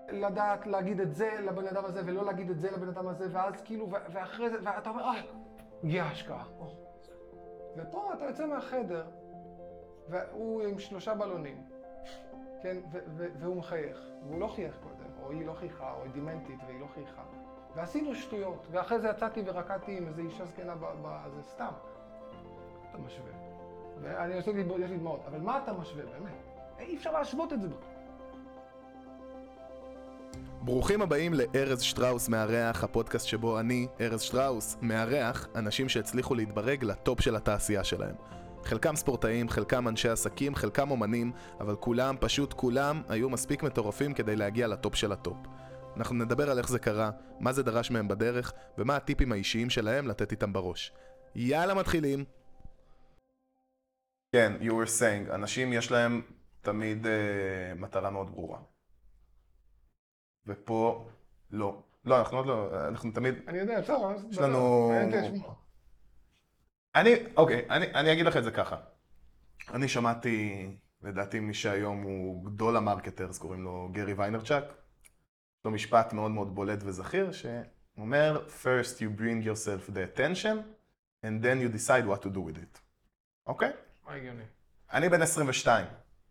לדעת להגיד את זה לבן אדם הזה ולא להגיד את זה לבן אדם הזה, ואז כאילו, ואחרי זה, ואתה אומר, הגיעה ההשקעה. ופה אתה יוצא מהחדר, והוא עם 3 בלונים, כן, והוא מחייך, והוא לא חייך קודם, או היא לא חייכה, או היא דימנטית והיא לא חייכה. ועשינו שטויות, ואחרי זה יצאתי ורקדתי עם איזו אישה זקנה זה סתם. אתה משווה. ואני עושה לי, יש לי דמעות, אבל מה אתה משווה באמת? אי אפשר להשוות את זה. ברוכים הבאים לארז שטראוס מארח, הפודקאסט שבו אני, ארז שטראוס, מארח אנשים שהצליחו להתברג לטופ של התעשייה שלהם. חלקם ספורטאים, חלקם אנשי עסקים, חלקם אומנים, אבל כולם, פשוט כולם, היו מספיק מטורפים כדי להגיע לטופ של הטופ. אנחנו נדבר על איך זה קרה, מה זה דרש מהם בדרך, ומה הטיפים האישיים שלהם לתת איתם בראש. יאללה, מתחילים. כן, you were saying, אנשים יש להם תמיד מטרה מאוד ברורה. ופה לא. לא, אנחנו עוד לא, אנחנו תמיד... אני יודע, בסדר, יש לנו... אני אגיד לך את זה ככה. אני שמעתי, לדעתי מי שהיום הוא גדול המרקטרס, קוראים לו גרי ויינרצ'אק. יש לו משפט מאוד מאוד בולט וזכיר, שאומר, First you bring yourself the attention, and then you decide what to do with it. אוקיי? מה הגיוני? אני בן 22.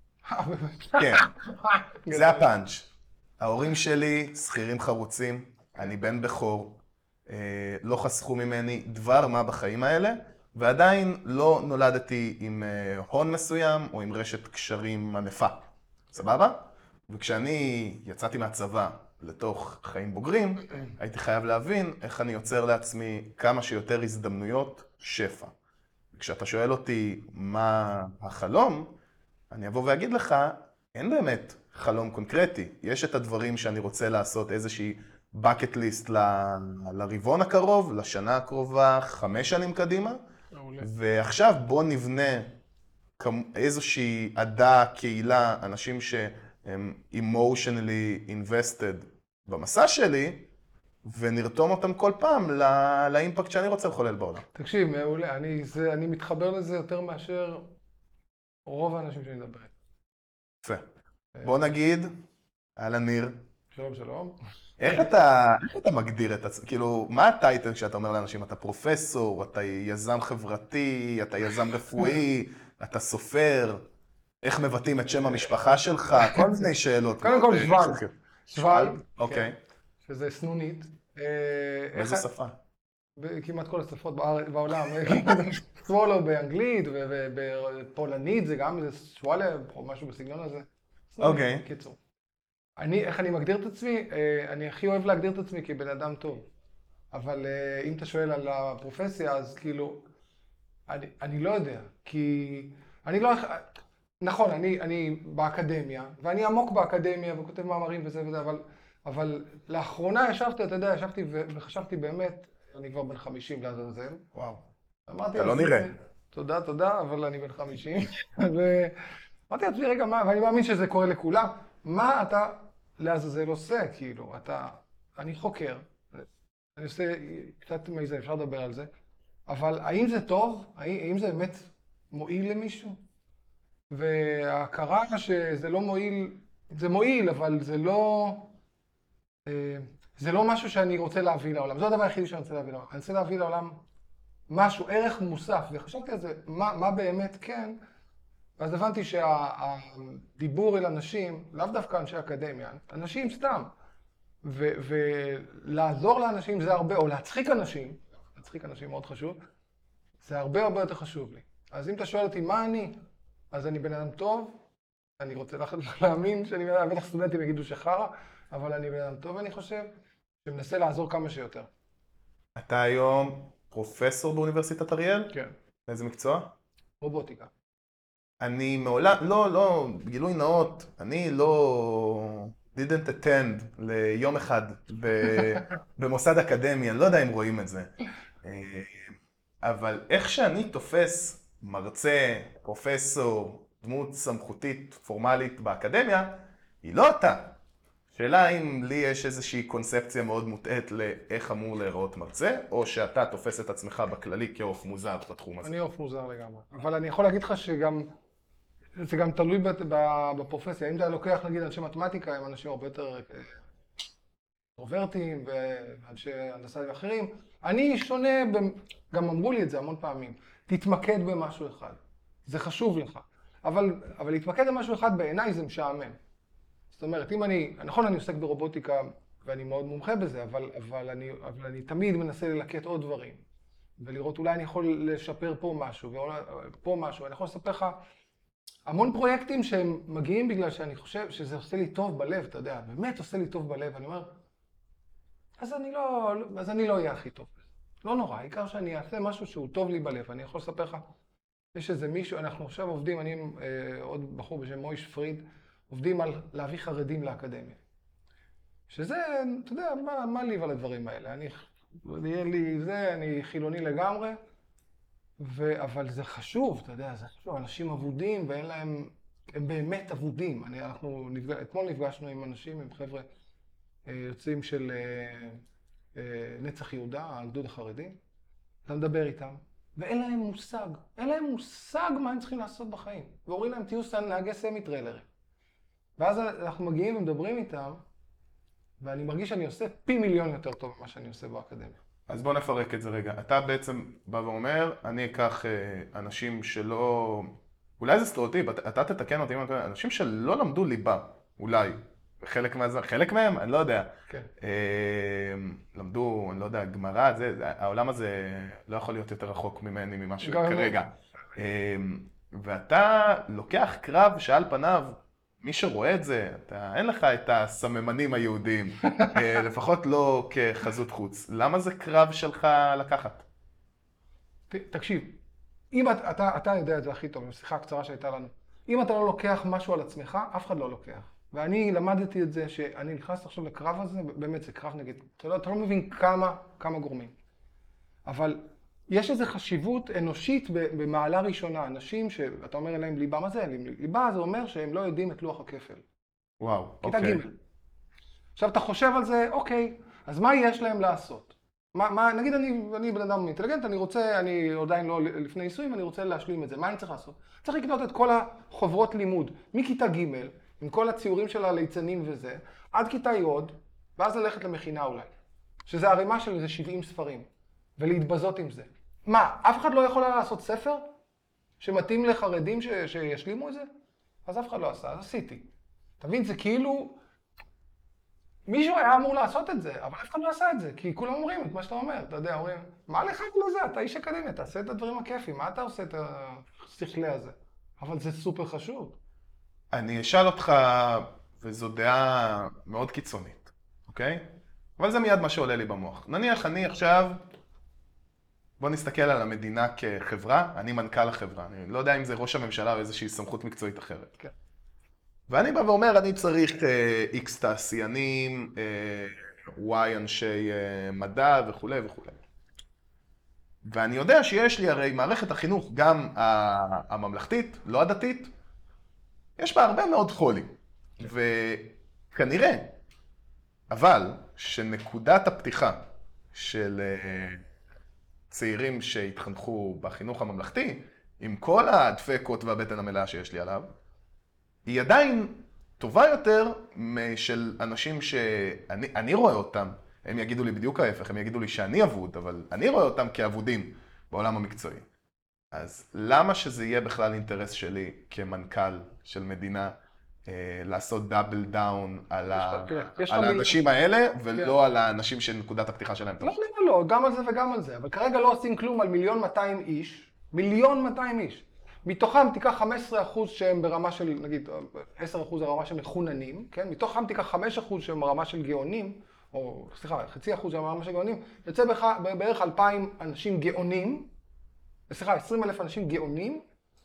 כן, זה הפאנץ'. ההורים שלי שכירים חרוצים, אני בן בכור, לא חסכו ממני דבר מה בחיים האלה, ועדיין לא נולדתי עם הון מסוים או עם רשת קשרים ענפה. סבבה? וכשאני יצאתי מהצבא לתוך חיים בוגרים, הייתי חייב להבין איך אני יוצר לעצמי כמה שיותר הזדמנויות שפע. וכשאתה שואל אותי מה החלום, אני אבוא ואגיד לך, אין באמת חלום קונקרטי. יש את הדברים שאני רוצה לעשות איזושהי bucket list לרבעון הקרוב, לשנה הקרובה, 5 שנים קדימה. ועכשיו בוא נבנה איזושהי עדה, קהילה, אנשים שהם emotionally invested במסע שלי, ונרתום אותם כל פעם לאימפקט שאני רוצה לחולל בעולם. תקשיב, מעולה, אני מתחבר לזה יותר מאשר רוב האנשים שאני מדבר. יפה. בוא נגיד, אהלן ניר. שלום, שלום. איך אתה מגדיר את עצמך? כאילו, מה הטייטל כשאתה אומר לאנשים? אתה פרופסור, אתה יזם חברתי, אתה יזם רפואי, אתה סופר, איך מבטאים את שם המשפחה שלך? כל מיני שאלות. קודם כל שבל. שבל. אוקיי. שזה סנונית. איזה שפה? כמעט כל השפות בעולם. סוולו באנגלית ובפולנית, זה גם איזה שוואלה או משהו בסגנון הזה. אוקיי. קיצור. איך אני מגדיר את עצמי? אני הכי אוהב להגדיר את עצמי כבן אדם טוב. אבל אם אתה שואל על הפרופסיה, אז כאילו, אני לא יודע. כי אני לא... נכון, אני באקדמיה, ואני עמוק באקדמיה וכותב מאמרים וזה וזה, אבל לאחרונה ישבתי, אתה יודע, ישבתי וחשבתי באמת, אני כבר בן 50 לעזאזל. וואו. אתה לא נראה. תודה, אבל אני בן 50. אמרתי לעצמי, רגע, ואני מאמין שזה קורה לכולם. מה אתה לעזאזל עושה, כאילו? אני חוקר, אני עושה קצת מזה, אפשר לדבר על זה, אבל האם זה טוב? האם זה באמת מועיל למישהו? וההכרה שזה לא מועיל, זה מועיל, אבל זה לא משהו שאני רוצה להביא לעולם. זה הדבר היחידי שאני רוצה להביא לעולם. אני רוצה להביא לעולם משהו, ערך מוסף, וחשבתי על זה, מה באמת כן, ואז הבנתי שהדיבור אל אנשים, לאו דווקא אנשי אקדמיה, אנשים סתם, ולעזור לאנשים זה הרבה, או להצחיק אנשים מאוד חשוב, זה הרבה יותר חשוב לי. אז אם אתה שואל אותי מה אני, אז אני בן אדם טוב, אני רוצה להאמין שאני בטח סטודנטים יגידו שחרה, אבל אני בן אדם טוב, אני חושב, שמנסה לעזור כמה שיותר. אתה היום פרופסור באוניברסיטת אריאל? כן. באיזה מקצוע? רובוטיקה. אני מעולם, לא, גילוי נאות, אני לא didn't attend ליום אחד במוסד אקדמי, אני לא יודע אם רואים את זה. אבל איך שאני תופס מרצה, פרופסור, דמות סמכותית, פורמלית באקדמיה, היא לא אתה. שאלה אם לי יש איזושהי קונספציה מאוד מוטעת לאיך אמור להיראות מרצה, או שאתה תופס את עצמך בכללי כעוף מוזר בתחום הזה. אני עוף מוזר לגמרי. אבל אני יכול להגיד לך שגם זה גם תלוי בפרופסיה. אם אתה לוקח, נגיד, אנשי מתמטיקה, הם אנשים הרבה יותר אינטרוברטיים ואנשי הנדסה ואחרים. אני שונה, גם אמרו לי את זה המון פעמים, תתמקד במשהו אחד. זה חשוב לך. אבל להתמקד במשהו אחד בעיניי זה משעמם. זאת אומרת, אם נכון, אני עוסק ברובוטיקה ואני מאוד מומחה בזה, אבל אני תמיד מנסה ללקט עוד דברים. ולראות אולי אני יכול לשפר פה משהו, ופה משהו. אני יכול לספר לך המון פרויקטים שהם מגיעים בגלל שאני חושב שזה עושה לי טוב בלב, אתה יודע, באמת עושה לי טוב בלב. אני אומר, אז אני לא אהיה הכי טוב. לא נורא, העיקר שאני אעשה משהו שהוא טוב לי בלב. אני יכול לספר לך, יש איזה מישהו, אנחנו עכשיו עובדים, אני עם עוד בחור בשם מויש פריד, עובדים על להביא חרדים לאקדמיה. שזה, אתה יודע, מה לי על הדברים האלה? אני חילוני לגמרי, אבל זה חשוב, אתה יודע, זה חשוב. אנשים אבודים ואין להם, הם באמת אבודים. אתמול נפגשנו עם אנשים, עם חבר'ה יוצאים של נצח יהודה, הגדוד החרדי. אתה מדבר איתם, ואין להם מושג מה הם צריכים לעשות בחיים. ואומרים להם, תהיו נהגי סמי טריילרים. ואז אנחנו מגיעים ומדברים איתם, ואני מרגיש שאני עושה פי מיליון יותר טוב ממה שאני עושה באקדמיה. אז בוא נפרק את זה רגע. אתה בעצם בא ואומר, אני אקח אנשים שלא... אולי זה סטריאוטיפ, אתה תתקן אותי, אנשים שלא למדו ליבה, אולי. חלק מהם, אני לא יודע. כן. למדו, אני לא יודע, גמרא, העולם הזה לא יכול להיות יותר רחוק ממני ממה שכרגע. ואתה לוקח קרב שעל פניו, מי שרואה את זה, אין לך את הסממנים היהודיים, לפחות לא כחזות חוץ. למה זה קרב שלך לקחת? תקשיב, אם אתה יודע את זה הכי טוב, בשיחה הקצרה שהייתה לנו, אם אתה לא לוקח משהו על עצמך, אף אחד לא לוקח. ואני למדתי את זה שאני נכנס עכשיו לקרב הזה, באמת זה קרב נגד, אתה לא מבין כמה גורמים. אבל יש איזו חשיבות אנושית במעלה ראשונה. אנשים שאתה אומר אליהם ליבה, מה זה? ליבה זה אומר שהם לא יודעים את לוח הכפל. וואו, כיתה ג'. עכשיו אתה חושב על זה, אוקיי, אז מה יש להם לעשות? נגיד אני בן אדם אינטליגנט, אני עדיין לא לפני ניסויים, אני רוצה להשלים את זה. מה אני צריך לעשות? צריך לקנות את כל החוברות לימוד, מכיתה ג' עם כל הציורים של הליצנים וזה, עד כיתה י', ואז ללכת למכינה אולי. שזה ערימה של איזה 70 ספרים, ולהתבזות עם זה. מה, אף אחד לא יכול לעשות ספר שמתאים לחרדים שישלימו את זה? אז אף אחד לא עשה, אז עשיתי. אתה מבין, זה כאילו... מישהו היה אמור לעשות את זה, אבל אף אחד לא עשה את זה, כי כולם אומרים את מה שאתה אומר. אתה יודע, אומרים, מה לך לזה? אתה איש אקדמיה, תעשה את הדברים הכיפים, מה אתה עושה את השכלי הזה? אבל זה סופר חשוב. אני אשאל אותך, וזו דעה מאוד קיצונית, אוקיי? אבל זה מיד מה שעולה לי במוח. נניח אני עכשיו... בוא נסתכל על המדינה כחברה, אני מנכ"ל החברה, אני לא יודע אם זה ראש הממשלה או איזושהי סמכות מקצועית אחרת. כן. ואני בא ואומר, אני צריך X תעשיינים, Y אנשי מדע וכו' וכו'. ואני יודע שיש לי הרי מערכת החינוך, גם הממלכתית, לא הדתית, יש בה הרבה מאוד חולי. וכנראה, אבל שנקודת הפתיחה של... צעירים שהתחנכו בחינוך הממלכתי, עם כל הדפקות והבטן המלאה שיש לי עליו, היא עדיין טובה יותר של אנשים שאני רואה אותם, הם יגידו לי בדיוק ההפך, הם יגידו לי שאני אבוד, אבל אני רואה אותם כאבודים בעולם המקצועי. אז למה שזה יהיה בכלל אינטרס שלי כמנכ"ל של מדינה, לעשות דאבל דאון על האנשים האלה, ולא על האנשים שנקודת הפתיחה שלהם? לא, גם על זה וגם על זה, אבל כרגע לא עושים כלום על 1,200,000 איש, 1,200,000 איש. מתוכם תיקח 15% שהם ברמה של, נגיד, 10% הרמה של מחוננים, כן? מתוכם תיקח 5% שהם ברמה של גאונים, או סליחה, 0.5% שהם ברמה של גאונים, יוצא בערך 2,000 אנשים גאונים, סליחה, 20,000 אנשים גאונים,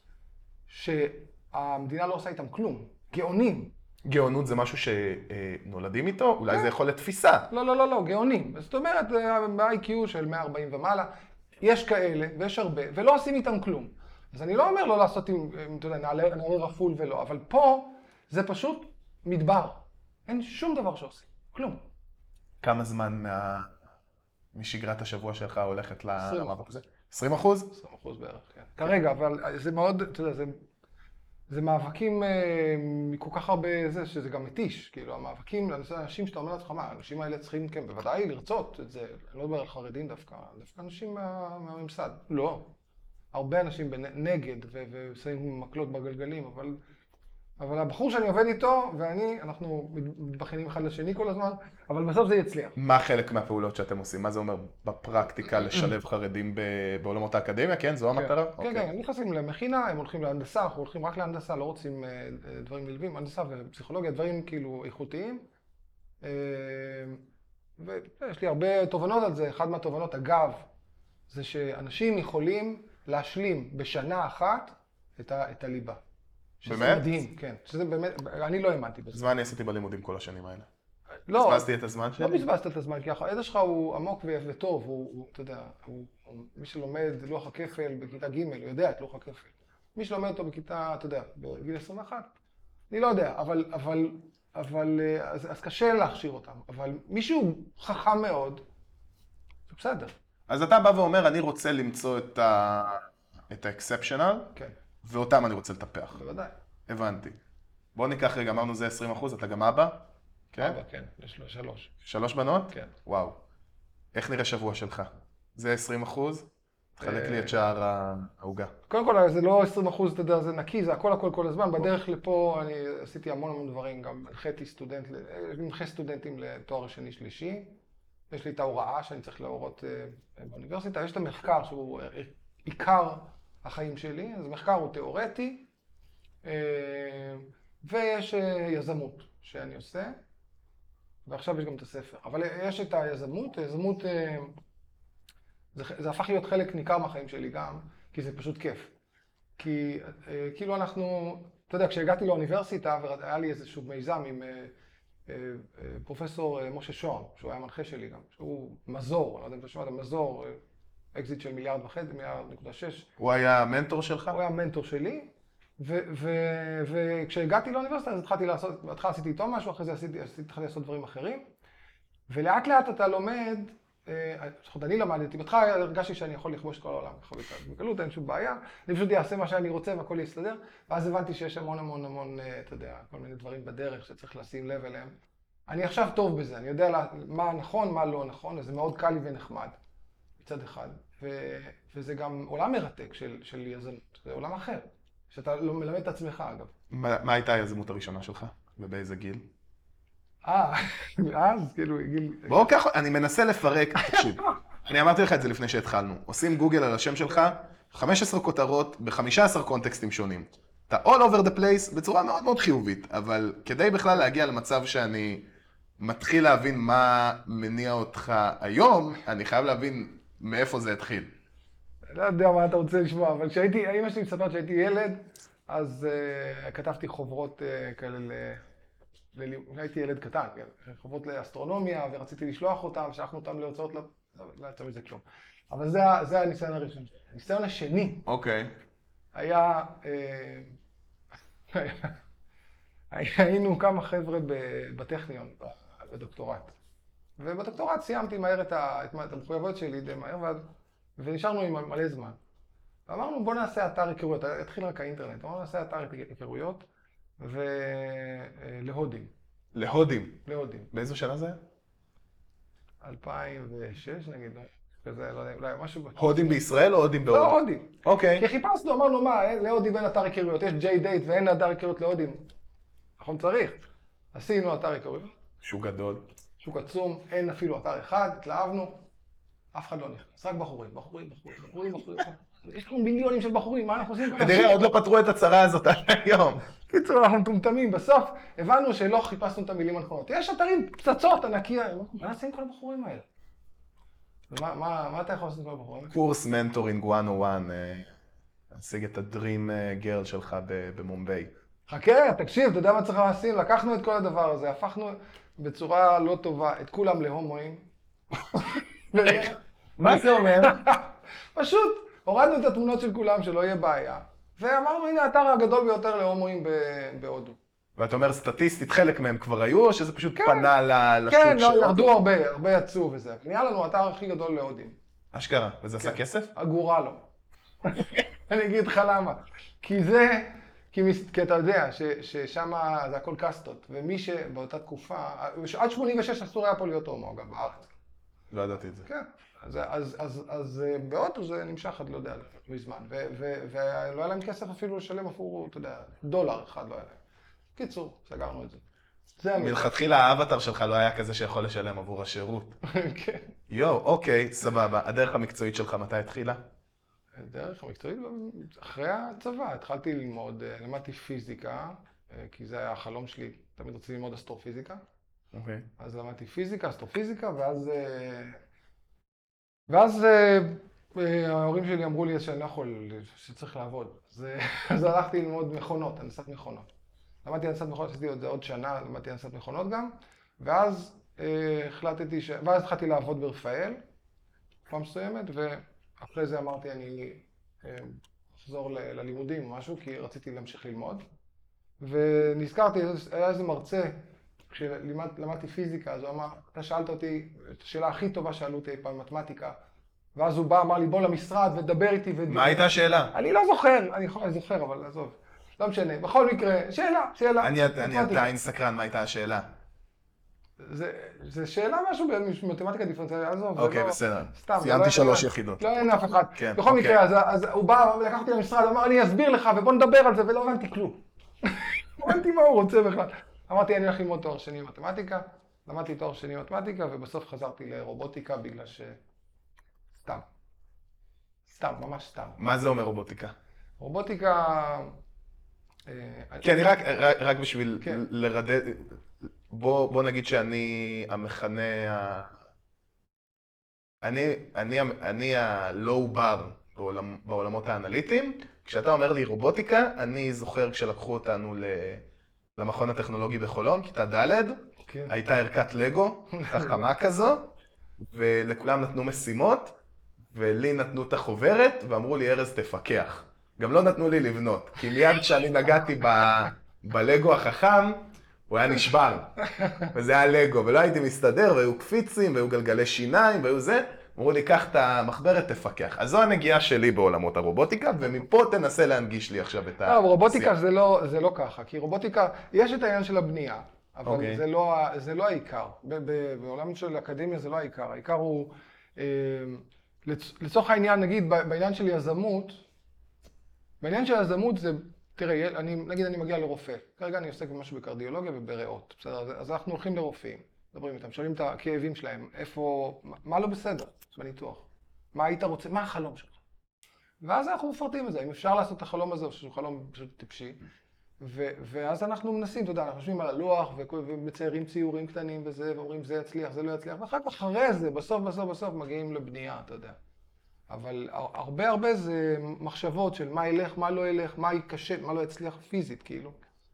שהמדינה לא עושה איתם כלום. גאונים. גאונות זה משהו שנולדים איתו? אולי זה יכול לתפיסה. לא, גאונים. זאת אומרת, ב-IQ של 140 ומעלה, יש כאלה ויש הרבה, ולא עושים איתם כלום. אז אני לא אומר לא לעשות עם, אתה יודע, נערי רפול ולא, אבל פה זה פשוט מדבר. אין שום דבר שעושים, כלום. כמה זמן משגרת השבוע שלך הולכת למאבק הזה? 20%? 20% בערך, כן. כרגע, אבל זה מאוד, אתה יודע, זה מאבקים מכל כך הרבה זה, שזה גם מתיש. כאילו, המאבקים, אנשים שאתה אומר לעצמך, מה, האנשים האלה צריכים, כן, בוודאי לרצות את זה. אני לא מדבר על חרדים דווקא אנשים מהממסד. לא. הרבה אנשים נגד ושמים מקלות בגלגלים, אבל הבחור שאני עובד איתו ואני, אנחנו מתבחנים אחד לשני כל הזמן, אבל בסוף זה יצליח. מה חלק מהפעולות שאתם עושים? מה זה אומר בפרקטיקה לשלב חרדים בעולמות האקדמיה? כן, זו המטרה? כן, כן, הם נכנסים למכינה, הם הולכים להנדסה, אנחנו הולכים רק להנדסה, לא רוצים דברים נלווים, הנדסה ופסיכולוגיה, דברים כאילו איכותיים. ויש לי הרבה תובנות על זה. אחד מהתובנות, אגב, זה שאנשים יכולים להשלים בשנה אחת את הליבה. באמת? שזה מדהים, כן. שזה באמת, אני לא האמנתי בזה. אז מה אני עשיתי בלימודים כל השנים האלה? לא, בזבזתי את הזמן שלי? לא בזבזת את הזמן, כי הידע שלך הוא עמוק וטוב, אתה יודע, מי שלומד לוח הכפל בכיתה ג' הוא יודע את לוח הכפל. מי שלומד אותו בכיתה, אתה יודע, בגיל 21, אני לא יודע, אז קשה להכשיר אותם, אבל מישהו חכם מאוד, זה בסדר. אז אתה בא ואומר, אני רוצה למצוא את ה-exceptional, כן. ואותם אני רוצה לטפח. בוודאי. הבנתי. בוא ניקח רגע, אמרנו זה 20%, אתה גם אבא? כן? אבא, כן, יש לו 3. 3 בנות? כן. וואו. איך נראה שבוע שלך? זה 20%? תחלק לי את שער העוגה. קודם כל, זה לא 20%, אתה יודע, זה נקי, זה הכל כל הזמן. בדרך לפה אני עשיתי המון דברים, גם מנחה סטודנטים לתואר שני שלישי. יש לי את ההוראה שאני צריך להורות באוניברסיטה. יש את המחקר שהוא עיקר החיים שלי, אז מחקר הוא תיאורטי, ויש יזמות שאני עושה, ועכשיו יש גם את הספר. אבל יש את היזמות, זה הפך להיות חלק ניכר מהחיים שלי גם, כי זה פשוט כיף. כי כאילו אנחנו, אתה יודע, כשהגעתי לאוניברסיטה והיה לי איזשהו מיזם עם פרופסור משה שון, שהוא היה מנחה שלי גם, שהוא מזור, אני לא יודע אם אתה שמעת, מזור, אקזיט של 1.5 מיליארד, 1.6 מיליארד. הוא היה המנטור שלך? הוא היה המנטור שלי, וכשהגעתי לאוניברסיטה אז התחלתי לעשות, בהתחלה עשיתי איתו משהו, אחרי זה התחלתי לעשות דברים אחרים, ולאט לאט אתה לומד, לפחות אני למדתי, בהתחלה הרגשתי שאני יכול לכבוש את כל העולם, בקלות, אין שום בעיה, אני פשוט אעשה מה שאני רוצה והכל יסתדר, ואז הבנתי שיש המון, אתה יודע, כל מיני דברים בדרך שצריך לשים לב אליהם. אני עכשיו טוב בזה, אני יודע מה נכון, מה לא נכון, אז זה מאוד קל לי ונחמד, מצד אחד, וזה גם עולם מרתק של יזמות, זה עולם אחר, שאתה לא מלמד את עצמך אגב. מה הייתה היזמות הראשונה שלך? ובאיזה גיל? אז כאילו גיל... בואו ככה, אני מנסה לפרק, תקשיב. אני אמרתי לך את זה לפני שהתחלנו. עושים גוגל על השם שלך, 15 כותרות ב-15 קונטקסטים שונים. אתה all over the place בצורה מאוד מאוד חיובית, אבל כדי בכלל להגיע למצב שאני מתחיל להבין מה מניע אותך היום, אני חייב להבין מאיפה זה התחיל. אני לא יודע מה אתה רוצה לשמוע, אבל אמא שלי מספרת שהייתי ילד, אז כתבתי חוברות כאלה הייתי ילד קטן, חוברות לאסטרונומיה, ורציתי לשלוח אותם, שלחנו אותם להוצאות, לא יצא מזה כלום. אבל זה הניסיון הראשון. הניסיון השני. אוקיי. היינו כמה חבר'ה בטכניון, בדוקטורט. ובדוקטורט סיימתי מהר את המחויבות שלי די מהר, ונשארנו עם מלא זמן. ואמרנו בוא נעשה אתר היכרויות, התחיל רק האינטרנט, אמרנו נעשה אתר היכרויות, ולהודים. להודים? להודים. באיזו שנה זה היה? 2006 נגיד, כזה, לא יודע, אולי משהו... הודים בישראל או הודים בהודים? לא, הודים. אוקיי. כי חיפשנו, אמרנו מה, להודים אין אתר היכרויות, יש J-Date ואין אתר היכרויות להודים. נכון צריך. עשינו אתר היכרויות. שוק גדול. שוק עצום, אין אפילו אתר אחד, התלהבנו, אף אחד לא נכנס, רק בחורים. יש לנו מיליונים של בחורים, מה אנחנו עושים? ותראה, עוד לא פתרו את הצרה הזאת עד היום. קיצור, אנחנו מטומטמים. בסוף הבנו שלא חיפשנו את המילים הנכונות. יש אתרים פצצות ענקיות. מה נעשה עם כל הבחורים האלה? מה אתה יכול לעשות עם כל הבחורים? קורס מנטורינג 101, להשיג את הדרים גרל שלך במומביי. חכה, תקשיב, אתה יודע מה צריך לעשות? לקחנו את כל הדבר הזה, הפכנו בצורה לא טובה את כולם להומואים. מה זה אומר? פשוט הורדנו את התמונות של כולם שלא יהיה בעיה. ואמרנו, הנה האתר הגדול ביותר להומואים בהודו. ואתה אומר, סטטיסטית, חלק מהם כבר היו, או שזה פשוט פנה לשוק כן, לא, ירדו הרבה יצאו וזה. נהיה לנו האתר הכי גדול להודים. אשכרה, וזה עשה כסף? אגורה לא. אני אגיד לך למה. כי אתה יודע ששם זה הכל קאסטות, ומי שבאותה תקופה, עד 86 אסור היה פה להיות הומו, אגב, בארץ. לא ידעתי את זה. כן, אז בהודו זה נמשך עד לא יודע, מזמן, ולא היה להם כסף אפילו לשלם אפילו, אתה יודע, $1 אחד לא היה להם. קיצור, סגרנו את זה. זה המלך. מלכתחילה האבטר שלך לא היה כזה שיכול לשלם עבור השירות. כן. יו, אוקיי, סבבה. הדרך המקצועית שלך מתי התחילה? דרך המקצועית, אחרי הצבא התחלתי ללמוד, למדתי פיזיקה, כי זה היה החלום שלי, תמיד רציתי ללמוד אסטרופיזיקה. אוקיי. אז למדתי פיזיקה, אסטרופיזיקה, ואז ההורים שלי אמרו לי שאני לא יכול, שצריך לעבוד. אז הלכתי ללמוד מכונות, הנדסת מכונות. למדתי הנדסת מכונות, עשיתי את זה עוד שנה, למדתי הנדסת מכונות גם, ואז ואז התחלתי לעבוד ברפאל, תקופה מסוימת, ואחרי זה אמרתי אני אחזור ללימודים או משהו, כי רציתי להמשיך ללמוד. ונזכרתי, היה איזה מרצה, כשלמדתי פיזיקה, אז הוא אמר, אתה שאלת אותי, את השאלה הכי טובה שאלו אותי פעם מתמטיקה, ואז הוא בא, אמר לי, בוא למשרד ודבר איתי. מה הייתה השאלה? אני לא זוכר, אני זוכר, אבל עזוב. לא משנה, בכל מקרה, שאלה. אני עדיין סקרן, מה הייתה השאלה? זה שאלה משהו במתמטיקה דיפרנציאלית, עזוב. אוקיי, בסדר. סתם. סיימתי 3 יחידות. לא אין אף אחד. כן, בכל מקרה, אז הוא בא, לקח אותי למשרד, אמר, אני אסביר לך ובוא נדבר על זה, ולא הבנתי כלום. לא הבנתי מה הוא רוצה בכלל. אמרתי, אני הולך ללמוד תואר שני מתמטיקה, למדתי תואר שני מתמטיקה, ובסוף חזרתי לרובוטיקה בגלל סתם. סתם, ממש סתם. מה זה אומר רובוטיקה? רובוטיקה... כן, רק בשביל לרדד... בוא נגיד שאני המכנה אני הלואו בר בעולמות האנליטיים. כשאתה אומר לי רובוטיקה, אני זוכר כשלקחו אותנו למכון הטכנולוגי בחולון, כיתה ד', הייתה ערכת לגו, חכמה כזו, ולכולם נתנו משימות, ולי נתנו את החוברת, ואמרו לי, ארז תפקח. גם לא נתנו לי לבנות, כי מיד כשאני נגעתי בלגו החכם, הוא היה נשבר, וזה היה לגו, ולא הייתי מסתדר, והיו קפיצים, והיו גלגלי שיניים, והיו זה. אמרו לי, קח את המחברת, תפקח. אז זו הנגיעה שלי בעולמות הרובוטיקה, ומפה תנסה להנגיש לי עכשיו את לא, רובוטיקה זה לא ככה, כי רובוטיקה, יש את העניין של הבנייה, אבל זה לא העיקר. בעולם של האקדמיה זה לא העיקר. העיקר הוא, לצורך העניין, נגיד, בעניין של יזמות זה, תראה, נגיד אני מגיע לרופא, כרגע אני עוסק במשהו בקרדיולוגיה ובריאות, בסדר? אז אנחנו הולכים לרופאים, מדברים איתם, שואלים את הכאבים שלהם, מה לא בסדר בניתוח? מה היית רוצה, מה החלום שלך? ואז אנחנו מפרטים את זה, אם אפשר לעשות את החלום הזה, או שהוא חלום פשוט טיפשי, ואז אנחנו מנסים, אתה יודע, אנחנו חושבים על הלוח, ומציירים ציורים קטנים וזה, ואומרים זה יצליח, זה לא יצליח, ואחר כך אחרי זה, בסוף מגיעים לבנייה, אתה יודע. אבל הרבה זה מחשבות של מה ילך, מה לא ילך, מה יקשה, מה לא יצליח פיזית, כאילו.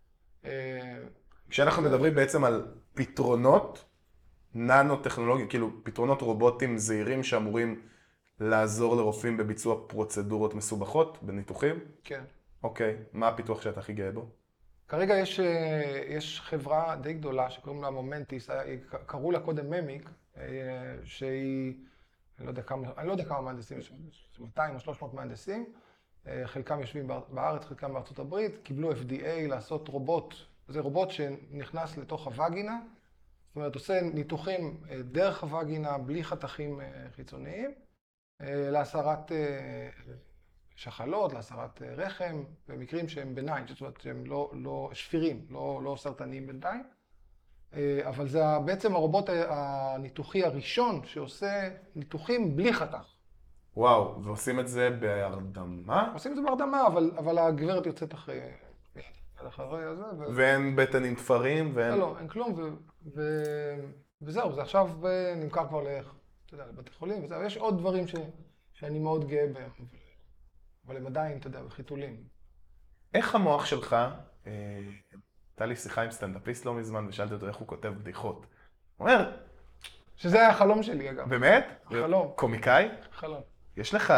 כשאנחנו מדברים בעצם על פתרונות ננו-טכנולוגיים, כאילו פתרונות רובוטיים זהירים שאמורים לעזור לרופאים בביצוע פרוצדורות מסובכות בניתוחים? כן. אוקיי, מה הפיתוח שאתה הכי גאה בו? כרגע יש חברה די גדולה שקוראים לה מומנטיס, קראו לה קודם ממיק, שהיא... אני לא יודע כמה מהנדסים יש, 200 או 300 מהנדסים, חלקם יושבים בארץ, חלקם בארצות הברית, קיבלו FDA לעשות רובוט, זה רובוט שנכנס לתוך הווגינה, זאת אומרת עושה ניתוחים דרך הווגינה בלי חתכים חיצוניים, להסרת שחלות, להסרת רחם, במקרים שהם ביניים, זאת אומרת שהם לא שפירים, לא סרטניים בינתיים. אבל זה בעצם הרובוט הניתוחי הראשון שעושה ניתוחים בלי חתך. וואו, ועושים את זה בהרדמה? עושים את זה בהרדמה, אבל הגברת יוצאת אחרי הזה. ואין בטנים תפרים ואין... לא, אין כלום, וזהו, זה עכשיו נמכר כבר לבתי חולים, וזהו, יש עוד דברים שאני מאוד גאה בהם, אבל הם עדיין, אתה יודע, בחיתולים. איך המוח שלך... הייתה לי שיחה עם סטנדאפיסט לא מזמן ושאלתי אותו איך הוא כותב בדיחות. הוא אומר... שזה היה החלום שלי אגב. באמת? חלום. קומיקאי? חלום. יש לך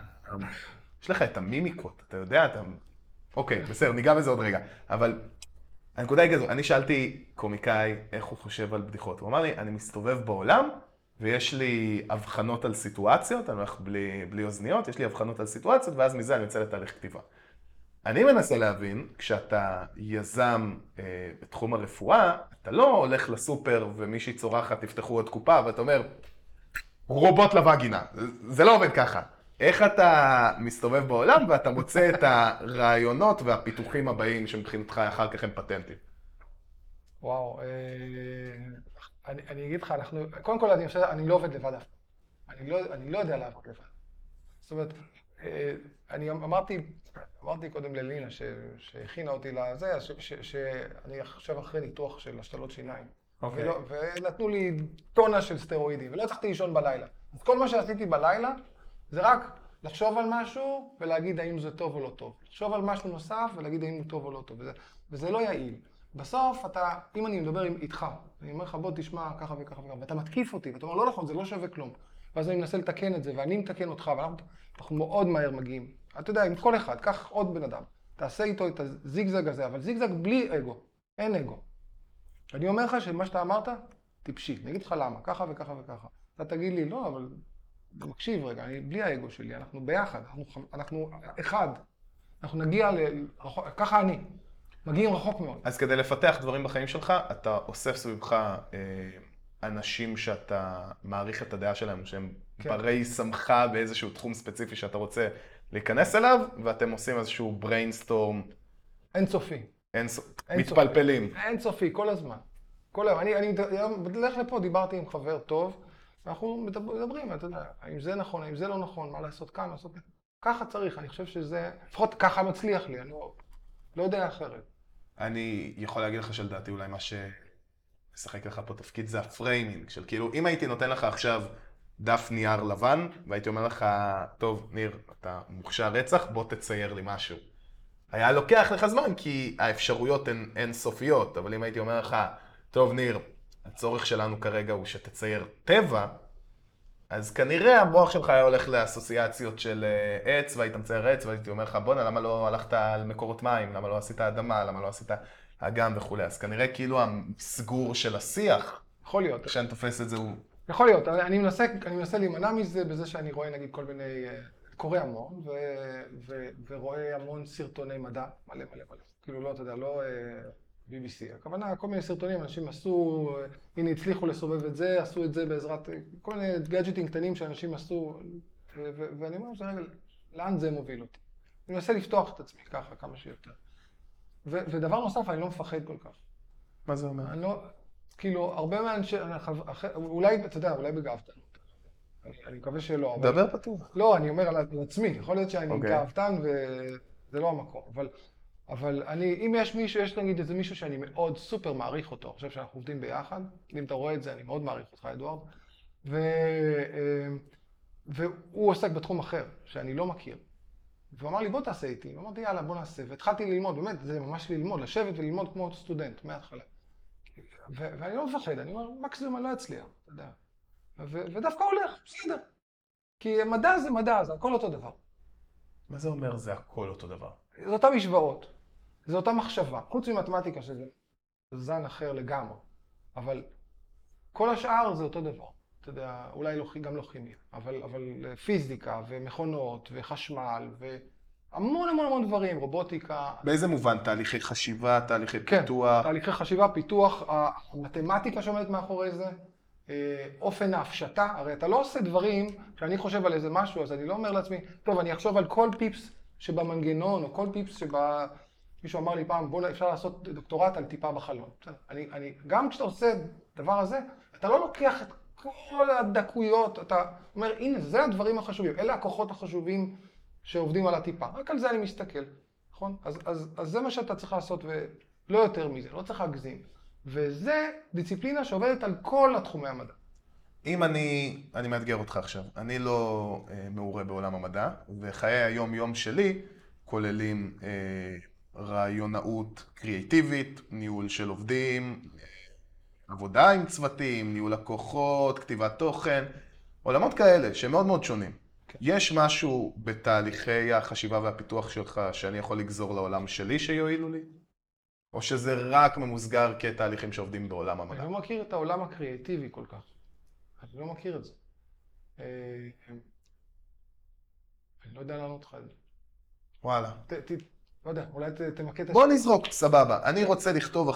את המימיקות, אתה יודע, אוקיי, בסדר, ניגע בזה עוד רגע. אבל הנקודה היא כזו, אני שאלתי קומיקאי איך הוא חושב על בדיחות. הוא אמר לי, אני מסתובב בעולם ויש לי הבחנות על סיטואציות, אני הולך בלי אוזניות, יש לי הבחנות על סיטואציות ואז מזה אני יוצא לתהליך כתיבה. אני מנסה להבין, כשאתה יזם בתחום הרפואה, אתה לא הולך לסופר ומישהי צורחת, תפתחו עוד קופה, ואתה אומר, רובוט לווגינה. זה לא עובד ככה. איך אתה מסתובב בעולם ואתה מוצא את הרעיונות והפיתוחים הבאים שמבחינתך אחר כך הם פטנטים? וואו, אני אגיד לך, קודם כל אני לא עובד לבד אף פעם. אני לא יודע לעבוד לבד. זאת אומרת, אני אמרתי קודם ללינה שהכינה אותי לזה, שאני עכשיו אחרי ניתוח של השתלות שיניים. אוקיי. ונתנו לי טונה של סטרואידים, ולא הצלחתי לישון בלילה. אז כל מה שעשיתי בלילה זה רק לחשוב על משהו ולהגיד האם זה טוב או לא טוב. לחשוב על משהו נוסף ולהגיד האם הוא טוב או לא טוב. וזה לא יעיל. בסוף אם אני מדבר איתך, אני אומר לך בוא תשמע ככה וככה וככה, ואתה מתקיף אותי, ואתה אומר לא נכון, זה לא שווה כלום. ואז אני מנסה לתקן את זה, ואני מתקן אותך, ואנחנו מאוד מהר מגיעים. אתה יודע, עם כל אחד, קח עוד בן אדם, תעשה איתו את הזיגזג הזה, אבל זיגזג בלי אגו, אין אגו. אני אומר לך שמה שאתה אמרת, טיפשי. אני אגיד לך למה, ככה וככה וככה. אתה תגיד לי, לא, אבל מקשיב רגע, בלי האגו שלי, אנחנו ביחד, אנחנו אחד. אנחנו נגיע לרחוק, ככה אני, מגיעים רחוק מאוד. אז כדי לפתח דברים בחיים שלך, אתה אוסף סביבך אנשים שאתה מעריך את הדעה שלהם, שהם ברי שמחה באיזשהו תחום ספציפי שאתה רוצה להיכנס אליו, ואתם עושים איזשהו בריינסטורם. אינסופי. מתפלפלים. אינסופי, כל הזמן. כל היום. אני בדרך לפה דיברתי עם חבר טוב, ואנחנו מדברים, אתה יודע, האם זה נכון, האם זה לא נכון, מה לעשות כאן, לעשות כאן. ככה צריך, אני חושב שזה, לפחות ככה מצליח לי, אני לא יודע אחרת. אני יכול להגיד לך שלדעתי אולי מה שמשחק לך פה תפקיד זה הפריימינג, של כאילו, אם הייתי נותן לך עכשיו דף נייר לבן, והייתי אומר לך, טוב, ניר, אתה מוכשר רצח, בוא תצייר לי משהו. היה לוקח לך זמן, כי האפשרויות הן אינסופיות, אבל אם הייתי אומר לך, טוב, ניר, הצורך שלנו כרגע הוא שתצייר טבע, אז כנראה המוח שלך היה הולך לאסוציאציות של עץ, והיית מצייר עץ, והייתי אומר לך, בונה, למה לא הלכת על מקורות מים? למה לא עשית אדמה? למה לא עשית אגם וכו'. אז כנראה כאילו הסגור של השיח, יכול להיות. כשאני תופס את זה הוא... יכול להיות. אני מנסה להימנע מזה בזה שאני רואה נגיד כל מיני... קורא המון, ורואה המון סרטוני מדע, מלא מלא מלא. כאילו לא, אתה יודע, לא BBC. הכוונה, כל מיני סרטונים, אנשים עשו, הנה הצליחו לסובב את זה, עשו את זה בעזרת, כל מיני גאדג'טים קטנים שאנשים עשו, ואני אומר, רגע, לאן זה מוביל אותי? אני מנסה לפתוח את עצמי ככה, כמה שיותר. ודבר נוסף, אני לא מפחד כל כך. מה זה אומר? אני לא, כאילו, הרבה מהאנשי, אולי, אתה יודע, אולי בגאוותנות. אני מקווה שלא. דבר פתוח. לא, אני אומר על עצמי, יכול להיות שאני גאוותן וזה לא המקום. אבל אם יש מישהו, יש נגיד איזה מישהו שאני מאוד סופר מעריך אותו, אני חושב שאנחנו עובדים ביחד, אם אתה רואה את זה, אני מאוד מעריך אותך, אדוארד, והוא עוסק בתחום אחר, שאני לא מכיר. והוא אמר לי, בוא תעשה איתי. ואמרתי, יאללה, בוא נעשה. והתחלתי ללמוד, באמת, זה ממש ללמוד, לשבת וללמוד כמו סטודנט, מההתחלה. ואני לא מפחד, אני אומר, מקסימום אני לא אצליח, אתה יודע. ודווקא הולך, בסדר. כי מדע זה מדע, זה הכל אותו דבר. מה זה אומר זה הכל אותו דבר? זה אותם משוואות, זה אותה מחשבה. חוץ ממתמטיקה שזה זן אחר לגמרי. אבל כל השאר זה אותו דבר. אתה יודע, אולי גם לא כימיה, אבל פיזיקה ומכונות וחשמל והמון המון המון דברים, רובוטיקה. באיזה מובן? תהליכי חשיבה, תהליכי פיתוח? כן, תהליכי חשיבה, פיתוח, המתמטיקה שעומדת מאחורי זה, אופן ההפשטה. הרי אתה לא עושה דברים, כשאני חושב על איזה משהו, אז אני לא אומר לעצמי, טוב, אני אחשוב על כל פיפס שבמנגנון, או כל פיפס מישהו אמר לי פעם, בוא, אפשר לעשות דוקטורט על טיפה בחלון. גם כשאתה עושה דבר הזה, אתה לא לוקח את כל הדקויות, אתה אומר, הנה, זה הדברים החשובים, אלה הכוחות החשובים שעובדים על הטיפה. רק על זה אני מסתכל, נכון? אז זה מה שאתה צריך לעשות, ולא יותר מזה, לא צריך להגזים. וזה דיסציפלינה שעובדת על כל התחומי המדע. אם אני מאתגר אותך עכשיו, אני לא מעורה בעולם המדע, וחיי היום-יום שלי כוללים רעיונאות קריאטיבית, ניהול של עובדים, עבודה עם צוותים, ניהול לקוחות, כתיבת תוכן, עולמות כאלה שמאוד מאוד שונים. Okay. יש משהו בתהליכי החשיבה והפיתוח שלך שאני יכול לגזור לעולם שלי שיועילו לי? או שזה רק ממוסגר כתהליכים שעובדים בעולם המדע? אני לא מכיר את העולם הקריאטיבי כל כך. אני לא מכיר את זה. אני לא יודע לענות לך את זה. וואלה. לא יודע, אולי תמקד את בוא נזרוק, סבבה. אני רוצה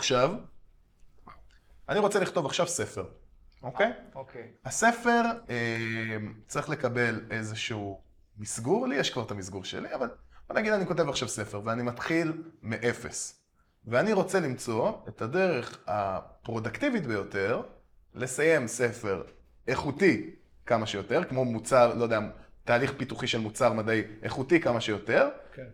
לכתוב עכשיו ספר, אוקיי? אוקיי. הספר צריך לקבל איזשהו מסגור, לי יש כבר את המסגור שלי, אבל בוא נגיד אני כותב עכשיו ספר, ואני מתחיל מאפס. ואני רוצה למצוא את הדרך הפרודקטיבית ביותר, לסיים ספר איכותי כמה שיותר, כמו מוצר, לא יודע, תהליך פיתוחי של מוצר מדעי איכותי כמה שיותר, כן.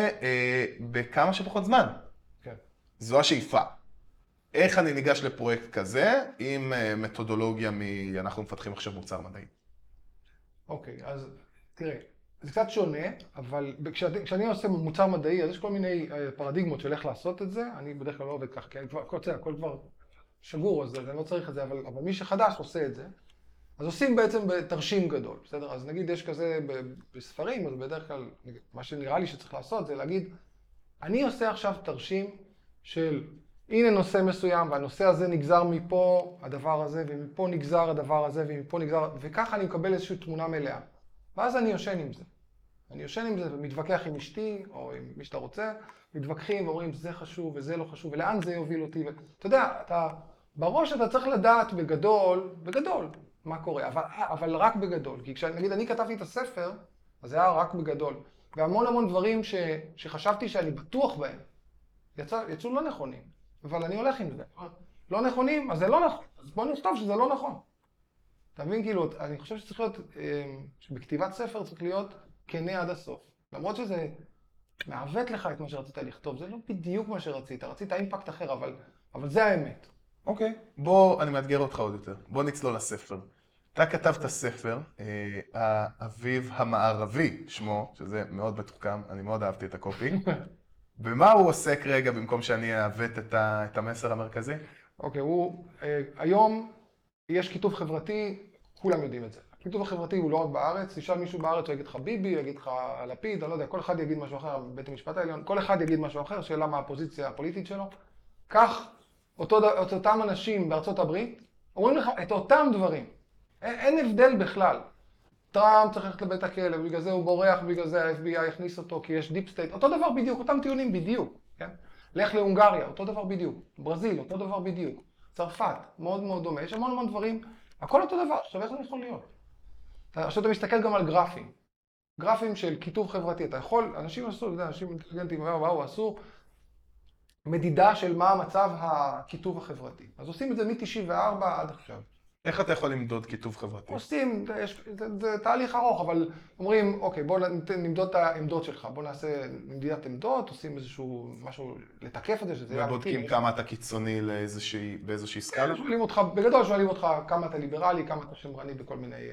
ובכמה שפחות זמן. כן. זו השאיפה. איך אני ניגש לפרויקט כזה, עם מתודולוגיה אנחנו מפתחים עכשיו מוצר מדעי. אוקיי, אז תראה, זה קצת שונה, אבל כשאני עושה מוצר מדעי, אז יש כל מיני פרדיגמות של איך לעשות את זה, אני בדרך כלל לא עובד כך, כי הכל כבר שגור, אז אני לא צריך את זה, אבל מי שחדש עושה את זה, אז עושים בעצם בתרשים גדול, בסדר? אז נגיד יש כזה בספרים, אז בדרך כלל, מה שנראה לי שצריך לעשות זה להגיד, אני עושה עכשיו תרשים של הנה נושא מסוים, והנושא הזה נגזר מפה הדבר הזה, ומפה נגזר הדבר הזה, ומפה נגזר, וככה אני מקבל איזושהי תמונה מלאה. ואז אני יושן עם זה. אני יושן עם זה ומתווכח עם אשתי, או עם מי שאתה רוצה, מתווכחים ואומרים זה חשוב וזה לא חשוב, ולאן זה יוביל אותי. אתה יודע, בראש אתה צריך לדעת בגדול, מה קורה, אבל רק בגדול. כי כשנגיד אני כתבתי את הספר, אז זה היה רק בגדול. והמון דברים שחשבתי שאני בטוח בהם, יצאו לא נכונים. אבל אני הולך עם זה. לא נכונים, אז זה לא נכון. אז בוא נכתוב שזה לא נכון. אתה מבין, כאילו, אני חושב שצריך להיות, שבכתיבת ספר צריך להיות כנה עד הסוף. למרות שזה מעוות לך את מה שרצית לכתוב, זה לא בדיוק מה שרצית. רצית אימפקט אחר, אבל זה האמת. אוקיי. אני מאתגר אותך עוד יותר. בוא נצלול לספר. אתה כתבת ספר, האביב המערבי שמו, שזה מאוד מתוחכם, אני מאוד אהבתי את הקופי. במה הוא עוסק רגע במקום שאני אעוות את המסר המרכזי? אוקיי, היום יש כיתוב חברתי, כולם יודעים את זה. הכיתוב החברתי הוא לא רק בארץ, תשאל מישהו בארץ, הוא יגיד לך ביבי, יגיד לך לפיד, אני לא יודע, כל אחד יגיד משהו אחר, בית המשפט העליון, כל אחד יגיד משהו אחר, שאלה מה הפוזיציה הפוליטית שלו. כך, אותם אנשים בארצות הברית, אומרים לך את אותם דברים. אין הבדל בכלל. טראמפ צריך ללכת לבית הכלא, ובגלל זה הוא בורח, ובגלל זה ה-FBI יכניס אותו, כי יש דיפ סטייט, אותו דבר בדיוק, אותם טיעונים בדיוק, כן? לך להונגריה, אותו דבר בדיוק, ברזיל, אותו דבר בדיוק, צרפת, מאוד דומה, יש המון דברים, הכל אותו דבר, עכשיו איך זה יכול להיות? עכשיו אתה מסתכל גם על גרפים של כיתוב חברתי, אתה יכול, אנשים עשו, אנשים אינטליגנטים, וואו, עשו מדידה של מה המצב הכיתוב החברתי, אז עושים את זה מ-94 עד עכשיו. איך אתה יכול למדוד כיתוב חברתי? עושים, זה תהליך ארוך, אבל אומרים, אוקיי, בוא נמדוד את העמדות שלך, בוא נעשה מדידת עמדות, עושים איזשהו משהו, לתקף את זה, שזה יהיה... ובודקים כמה אתה קיצוני באיזושהי סקאלה? בגדול שואלים אותך כמה אתה ליברלי, כמה אתה שמרני בכל מיני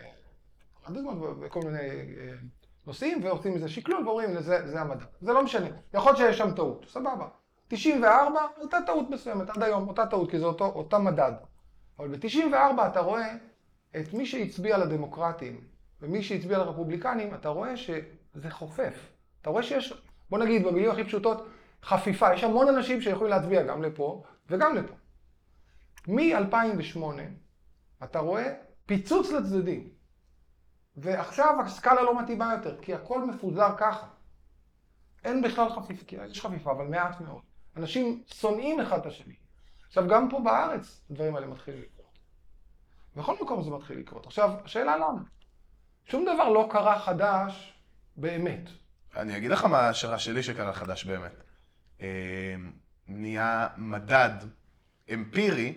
נושאים, ועושים איזה שקלול, ואומרים, זה המדע. זה לא משנה, יכול להיות שיש שם טעות, סבבה. 94, אותה טעות מסוימת, עד היום, אותה טעות, כי זה אותה מדד. אבל ב-94 אתה רואה את מי שהצביע לדמוקרטים ומי שהצביע לרפובליקנים, אתה רואה שזה חופף. אתה רואה שיש, בוא נגיד במילים הכי פשוטות, חפיפה. יש המון אנשים שיכולים להצביע גם לפה וגם לפה. מ-2008 אתה רואה פיצוץ לצדדים. ועכשיו הסקאלה לא מתאימה יותר, כי הכל מפוזר ככה. אין בכלל חפיפה, כי יש חפיפה, אבל מעט מאוד. אנשים שונאים אחד את השני. עכשיו, גם פה בארץ, הדברים האלה מתחילים לקרות. בכל מקום זה מתחיל לקרות. עכשיו, השאלה למה? שום דבר לא קרה חדש באמת. אני אגיד לך מה השערה שלי שקרה חדש באמת. נהיה מדד אמפירי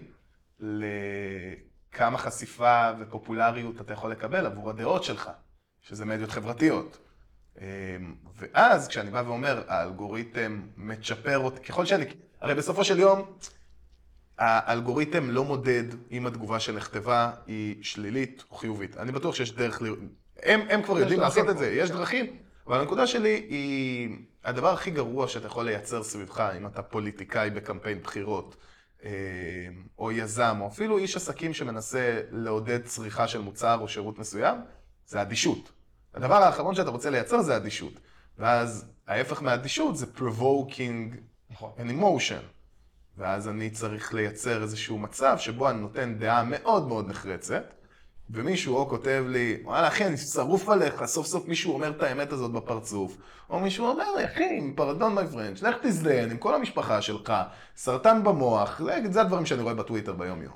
לכמה חשיפה ופופולריות אתה יכול לקבל עבור הדעות שלך, שזה מדיות חברתיות. ואז כשאני בא ואומר, האלגוריתם מצ'פר אותי, ככל שאני... הרי בסופו של יום, האלגוריתם לא מודד אם התגובה שנכתבה היא שלילית או חיובית. אני בטוח שיש דרך... הם כבר יודעים לעשות את זה, יש דרכים. אבל הנקודה שלי היא הדבר הכי גרוע שאתה יכול לייצר סביבך, אם אתה פוליטיקאי בקמפיין בחירות, או יזם, או אפילו איש עסקים שמנסה לעודד צריכה של מוצר או שירות מסוים, זה אדישות. הדבר האחרון שאתה רוצה לייצר זה אדישות. ואז ההפך מהאדישות זה provoking an emotion. ואז אני צריך לייצר איזשהו מצב שבו אני נותן דעה מאוד נחרצת, ומישהו או כותב לי, וואלה אחי, אני שרוף עליך, סוף סוף מישהו אומר את האמת הזאת בפרצוף, או מישהו אומר לי, אחי, פרדון מי פרנץ', לך תזדיין עם כל המשפחה שלך, סרטן במוח, זה הדברים שאני רואה בטוויטר ביום יום.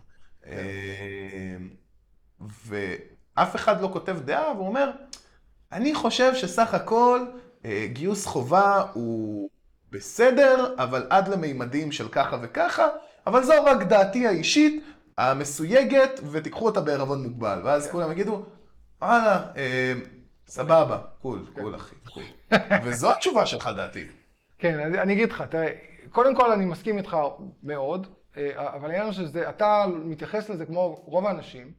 ואף אחד לא כותב דעה, והוא אומר, אני חושב שסך הכל גיוס חובה הוא בסדר, אבל עד למימדים של ככה וככה, אבל זו רק דעתי האישית, המסויגת, ותיקחו אותה בערבון מוגבל. ואז כולם יגידו, וואלה, סבבה, קול אחי, קול. וזו התשובה שלך דעתי. כן, אני אגיד לך, תראה, קודם כל אני מסכים איתך מאוד, אבל העניין שזה, אתה מתייחס לזה כמו רוב האנשים,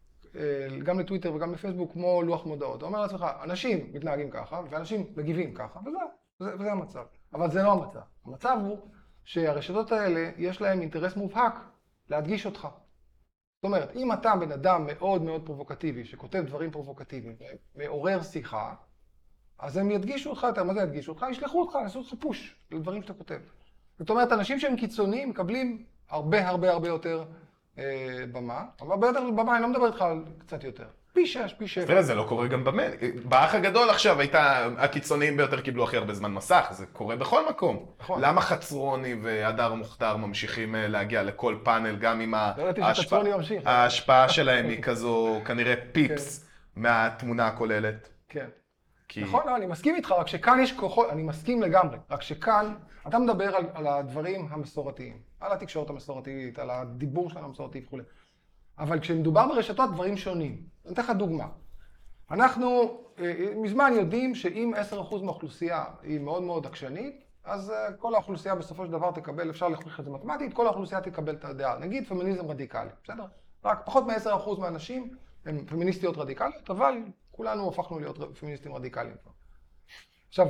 גם לטוויטר וגם לפייסבוק, כמו לוח מודעות. אתה אומר לעצמך, אנשים מתנהגים ככה, ואנשים מגיבים ככה, וזה המצב. אבל זה לא המצב. המצב הוא שהרשתות האלה, יש להם אינטרס מובהק להדגיש אותך. זאת אומרת, אם אתה בן אדם מאוד מאוד פרובוקטיבי, שכותב דברים פרובוקטיביים, מעורר שיחה, אז הם ידגישו אותך, מה זה ידגישו אותך? ישלחו אותך, יעשו אותך פוש לדברים שאתה כותב. זאת אומרת, אנשים שהם קיצוניים מקבלים הרבה הרבה הרבה יותר במה, אבל הרבה יותר במה, אני לא מדבר איתך על קצת יותר. פי 6, פי 7. תראה, זה לא קורה גם במייל. באח הגדול עכשיו הקיצוניים ביותר קיבלו הכי הרבה זמן מסך, זה קורה בכל מקום. נכון. למה חצרוני והדר מוכתר ממשיכים להגיע לכל פאנל, גם אם ההשפעה שלהם היא כזו, כנראה פיפס מהתמונה הכוללת? כן. נכון, לא, אני מסכים איתך, רק שכאן יש כוחות, אני מסכים לגמרי, רק שכאן אתה מדבר על הדברים המסורתיים, על התקשורת המסורתית, על הדיבור שלנו המסורתי וכו'. אבל כשמדובר ברשתות, דברים שונים. אני אתן לך דוגמה. אנחנו מזמן יודעים שאם 10% מהאוכלוסייה היא מאוד מאוד עקשנית, אז כל האוכלוסייה בסופו של דבר תקבל, אפשר להוכיח את זה מתמטית, כל האוכלוסייה תקבל את הדעה. נגיד פמיניזם רדיקלי, בסדר? רק פחות מ-10% מהאנשים הן פמיניסטיות רדיקליות, אבל כולנו הפכנו להיות פמיניסטים רדיקליים. עכשיו,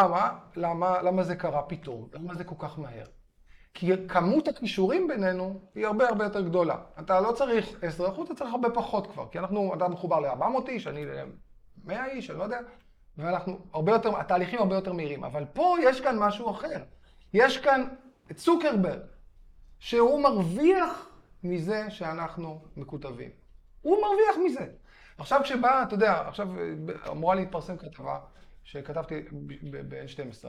למה זה קרה פתאום? למה זה כל כך מהר? כי כמות הכישורים בינינו היא הרבה הרבה יותר גדולה. אתה לא צריך 10%, אתה צריך הרבה פחות כבר. כי אתה מחובר ל-400 איש, אני ל-100 איש, אני לא יודע. ואנחנו התהליכים הרבה יותר מהירים. אבל פה יש כאן משהו אחר. יש כאן את צוקרברג, שהוא מרוויח מזה שאנחנו מקוטבים. הוא מרוויח מזה. עכשיו כשבא, אתה יודע, עכשיו אמורה להתפרסם כתבה שכתבתי ב-N12,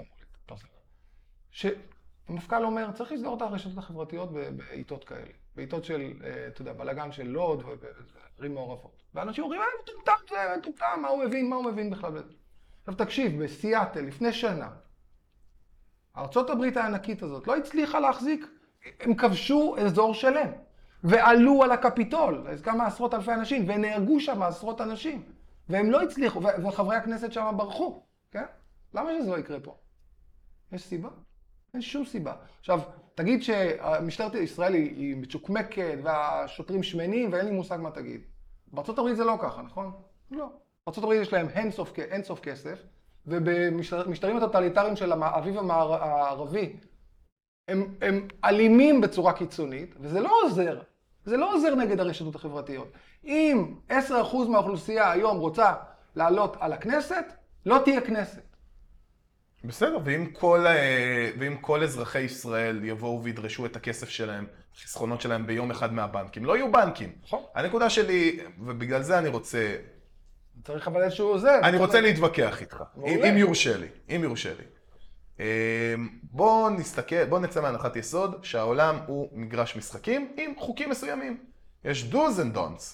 שהמפכ"ל אומר, צריך לסגור את הרשתות החברתיות בעיתות כאלה. בעיתות של, אתה יודע, בלגן של לוד וערים מעורבות. ואנשים אומרים, מטומטם, מה הוא מבין בכלל בזה? עכשיו תקשיב, בסיאטל, לפני שנה, ארצות הברית הענקית הזאת לא הצליחה להחזיק, הם כבשו אזור שלם. ועלו על הקפיטול, אז כמה עשרות אלפי אנשים, ונהרגו שם עשרות אנשים. והם לא הצליחו, וחברי הכנסת שם ברחו, כן? למה שזה לא יקרה פה? יש סיבה? אין שום סיבה. עכשיו, תגיד שמשטרת ישראל היא מצ'וקמקת, והשוטרים שמנים, ואין לי מושג מה תגיד. בארצות הברית זה לא ככה, נכון? לא. בארצות הברית יש להם אין סוף כסף, ובמשטרים הטוטליטריים של האביב הערבי, הם אלימים בצורה קיצונית, וזה לא עוזר. זה לא עוזר נגד הרשתות החברתיות. אם 10% מהאוכלוסייה היום רוצה לעלות על הכנסת, לא תהיה כנסת. בסדר, ואם כל אזרחי ישראל יבואו וידרשו את הכסף שלהם, חסכונות שלהם ביום אחד מהבנקים, לא יהיו בנקים. נכון. הנקודה שלי, ובגלל זה אני רוצה... צריך אבל איזשהו עוזר. אני רוצה להתווכח איתך, אם יורשה לי. בוא נצא מהנחת יסוד שהעולם הוא מגרש משחקים עם חוקים מסוימים. יש do's and don'ts.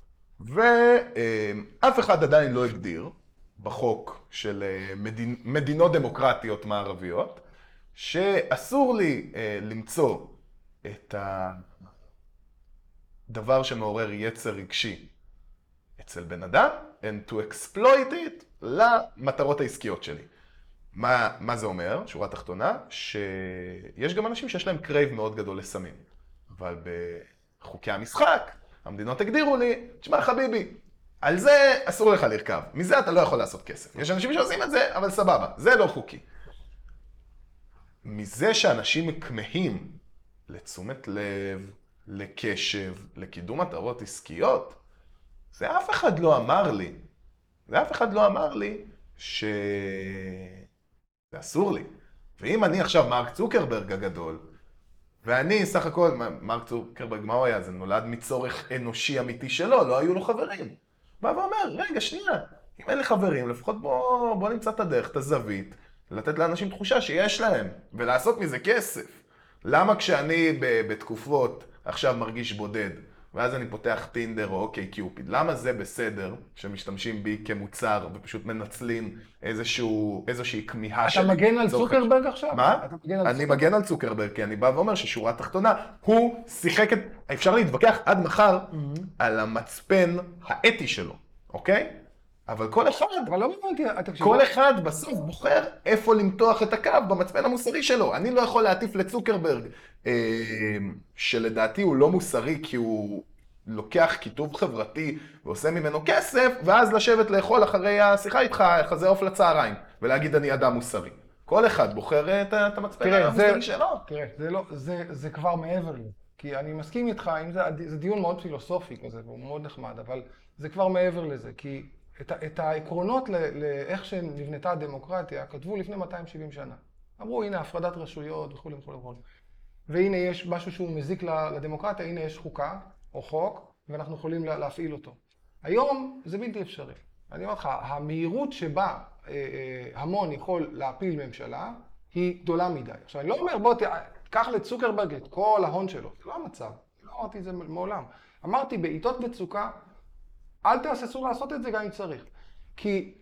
ואף אחד עדיין לא הגדיר בחוק של מדינות דמוקרטיות מערביות, שאסור לי למצוא את הדבר שמעורר יצר רגשי אצל בן אדם, and to exploit it למטרות העסקיות שלי. מה זה אומר? שורה תחתונה, שיש גם אנשים שיש להם קרייב מאוד גדול לסמים. אבל בחוקי המשחק, המדינות הגדירו לי, תשמע חביבי, על זה אסור לך לרכב, מזה אתה לא יכול לעשות כסף. יש אנשים שעושים את זה, אבל סבבה, זה לא חוקי. מזה שאנשים כמהים לתשומת לב, לקשב, לקידום מטרות עסקיות, זה אף אחד לא אמר לי, זה אסור לי. ואם אני עכשיו מרק צוקרברג הגדול, ואני, סך הכל, מרק צוקרברג, מה הוא היה? זה נולד מצורך אנושי אמיתי שלו, לא היו לו חברים. בא ואומר, רגע, שנייה, אם אין לי חברים, לפחות בוא נמצא את הדרך, את הזווית, לתת לאנשים תחושה שיש להם, ולעשות מזה כסף. למה כשאני בתקופות עכשיו מרגיש בודד, ואז אני פותח טינדר או אוקיי קיופיד, למה זה בסדר שמשתמשים בי כמוצר ופשוט מנצלים איזושהי כמיהה שלי? אתה מגן על צוקרברג עכשיו? מה? אני מגן על צוקרברג, כי אני בא ואומר ששורה תחתונה, הוא שיחק אפשר להתווכח עד מחר על המצפן האתי שלו, אוקיי? אבל כל אחד, אבל לא הבנתי, תקשיב. כל אחד בסוף בוחר איפה למתוח את הקו במצפן המוסרי שלו. אני לא יכול להטיף לצוקרברג, שלדעתי הוא לא מוסרי כי הוא לוקח כיתוב חברתי ועושה ממנו כסף, ואז לשבת לאכול אחרי השיחה איתך חזה עוף לצהריים, ולהגיד אני אדם מוסרי. כל אחד בוחר את המצפן המוסרי שלו. תראה, זה כבר מעבר לי. כי אני מסכים איתך, זה דיון מאוד פילוסופי כזה, והוא מאוד נחמד, אבל זה כבר מעבר לזה, כי את העקרונות לאיך שנבנתה הדמוקרטיה, כתבו לפני 270 שנה. אמרו, הנה, הפרדת רשויות וכו' וכו' וכו'. והנה יש משהו שהוא מזיק לדמוקרטיה, הנה יש חוקה או חוק, ואנחנו יכולים להפעיל אותו. היום זה בלתי אפשרי. אני אומר לך, המהירות שבה המון יכול להפיל ממשלה, היא גדולה מדי. עכשיו, אני לא אומר, בוא, תקח לצוקרברג את כל ההון שלו. זה לא המצב. לא אמרתי את זה מעולם. אמרתי, בעיתות מצוקה, אל תהססו לעשות את זה גם אם צריך. כי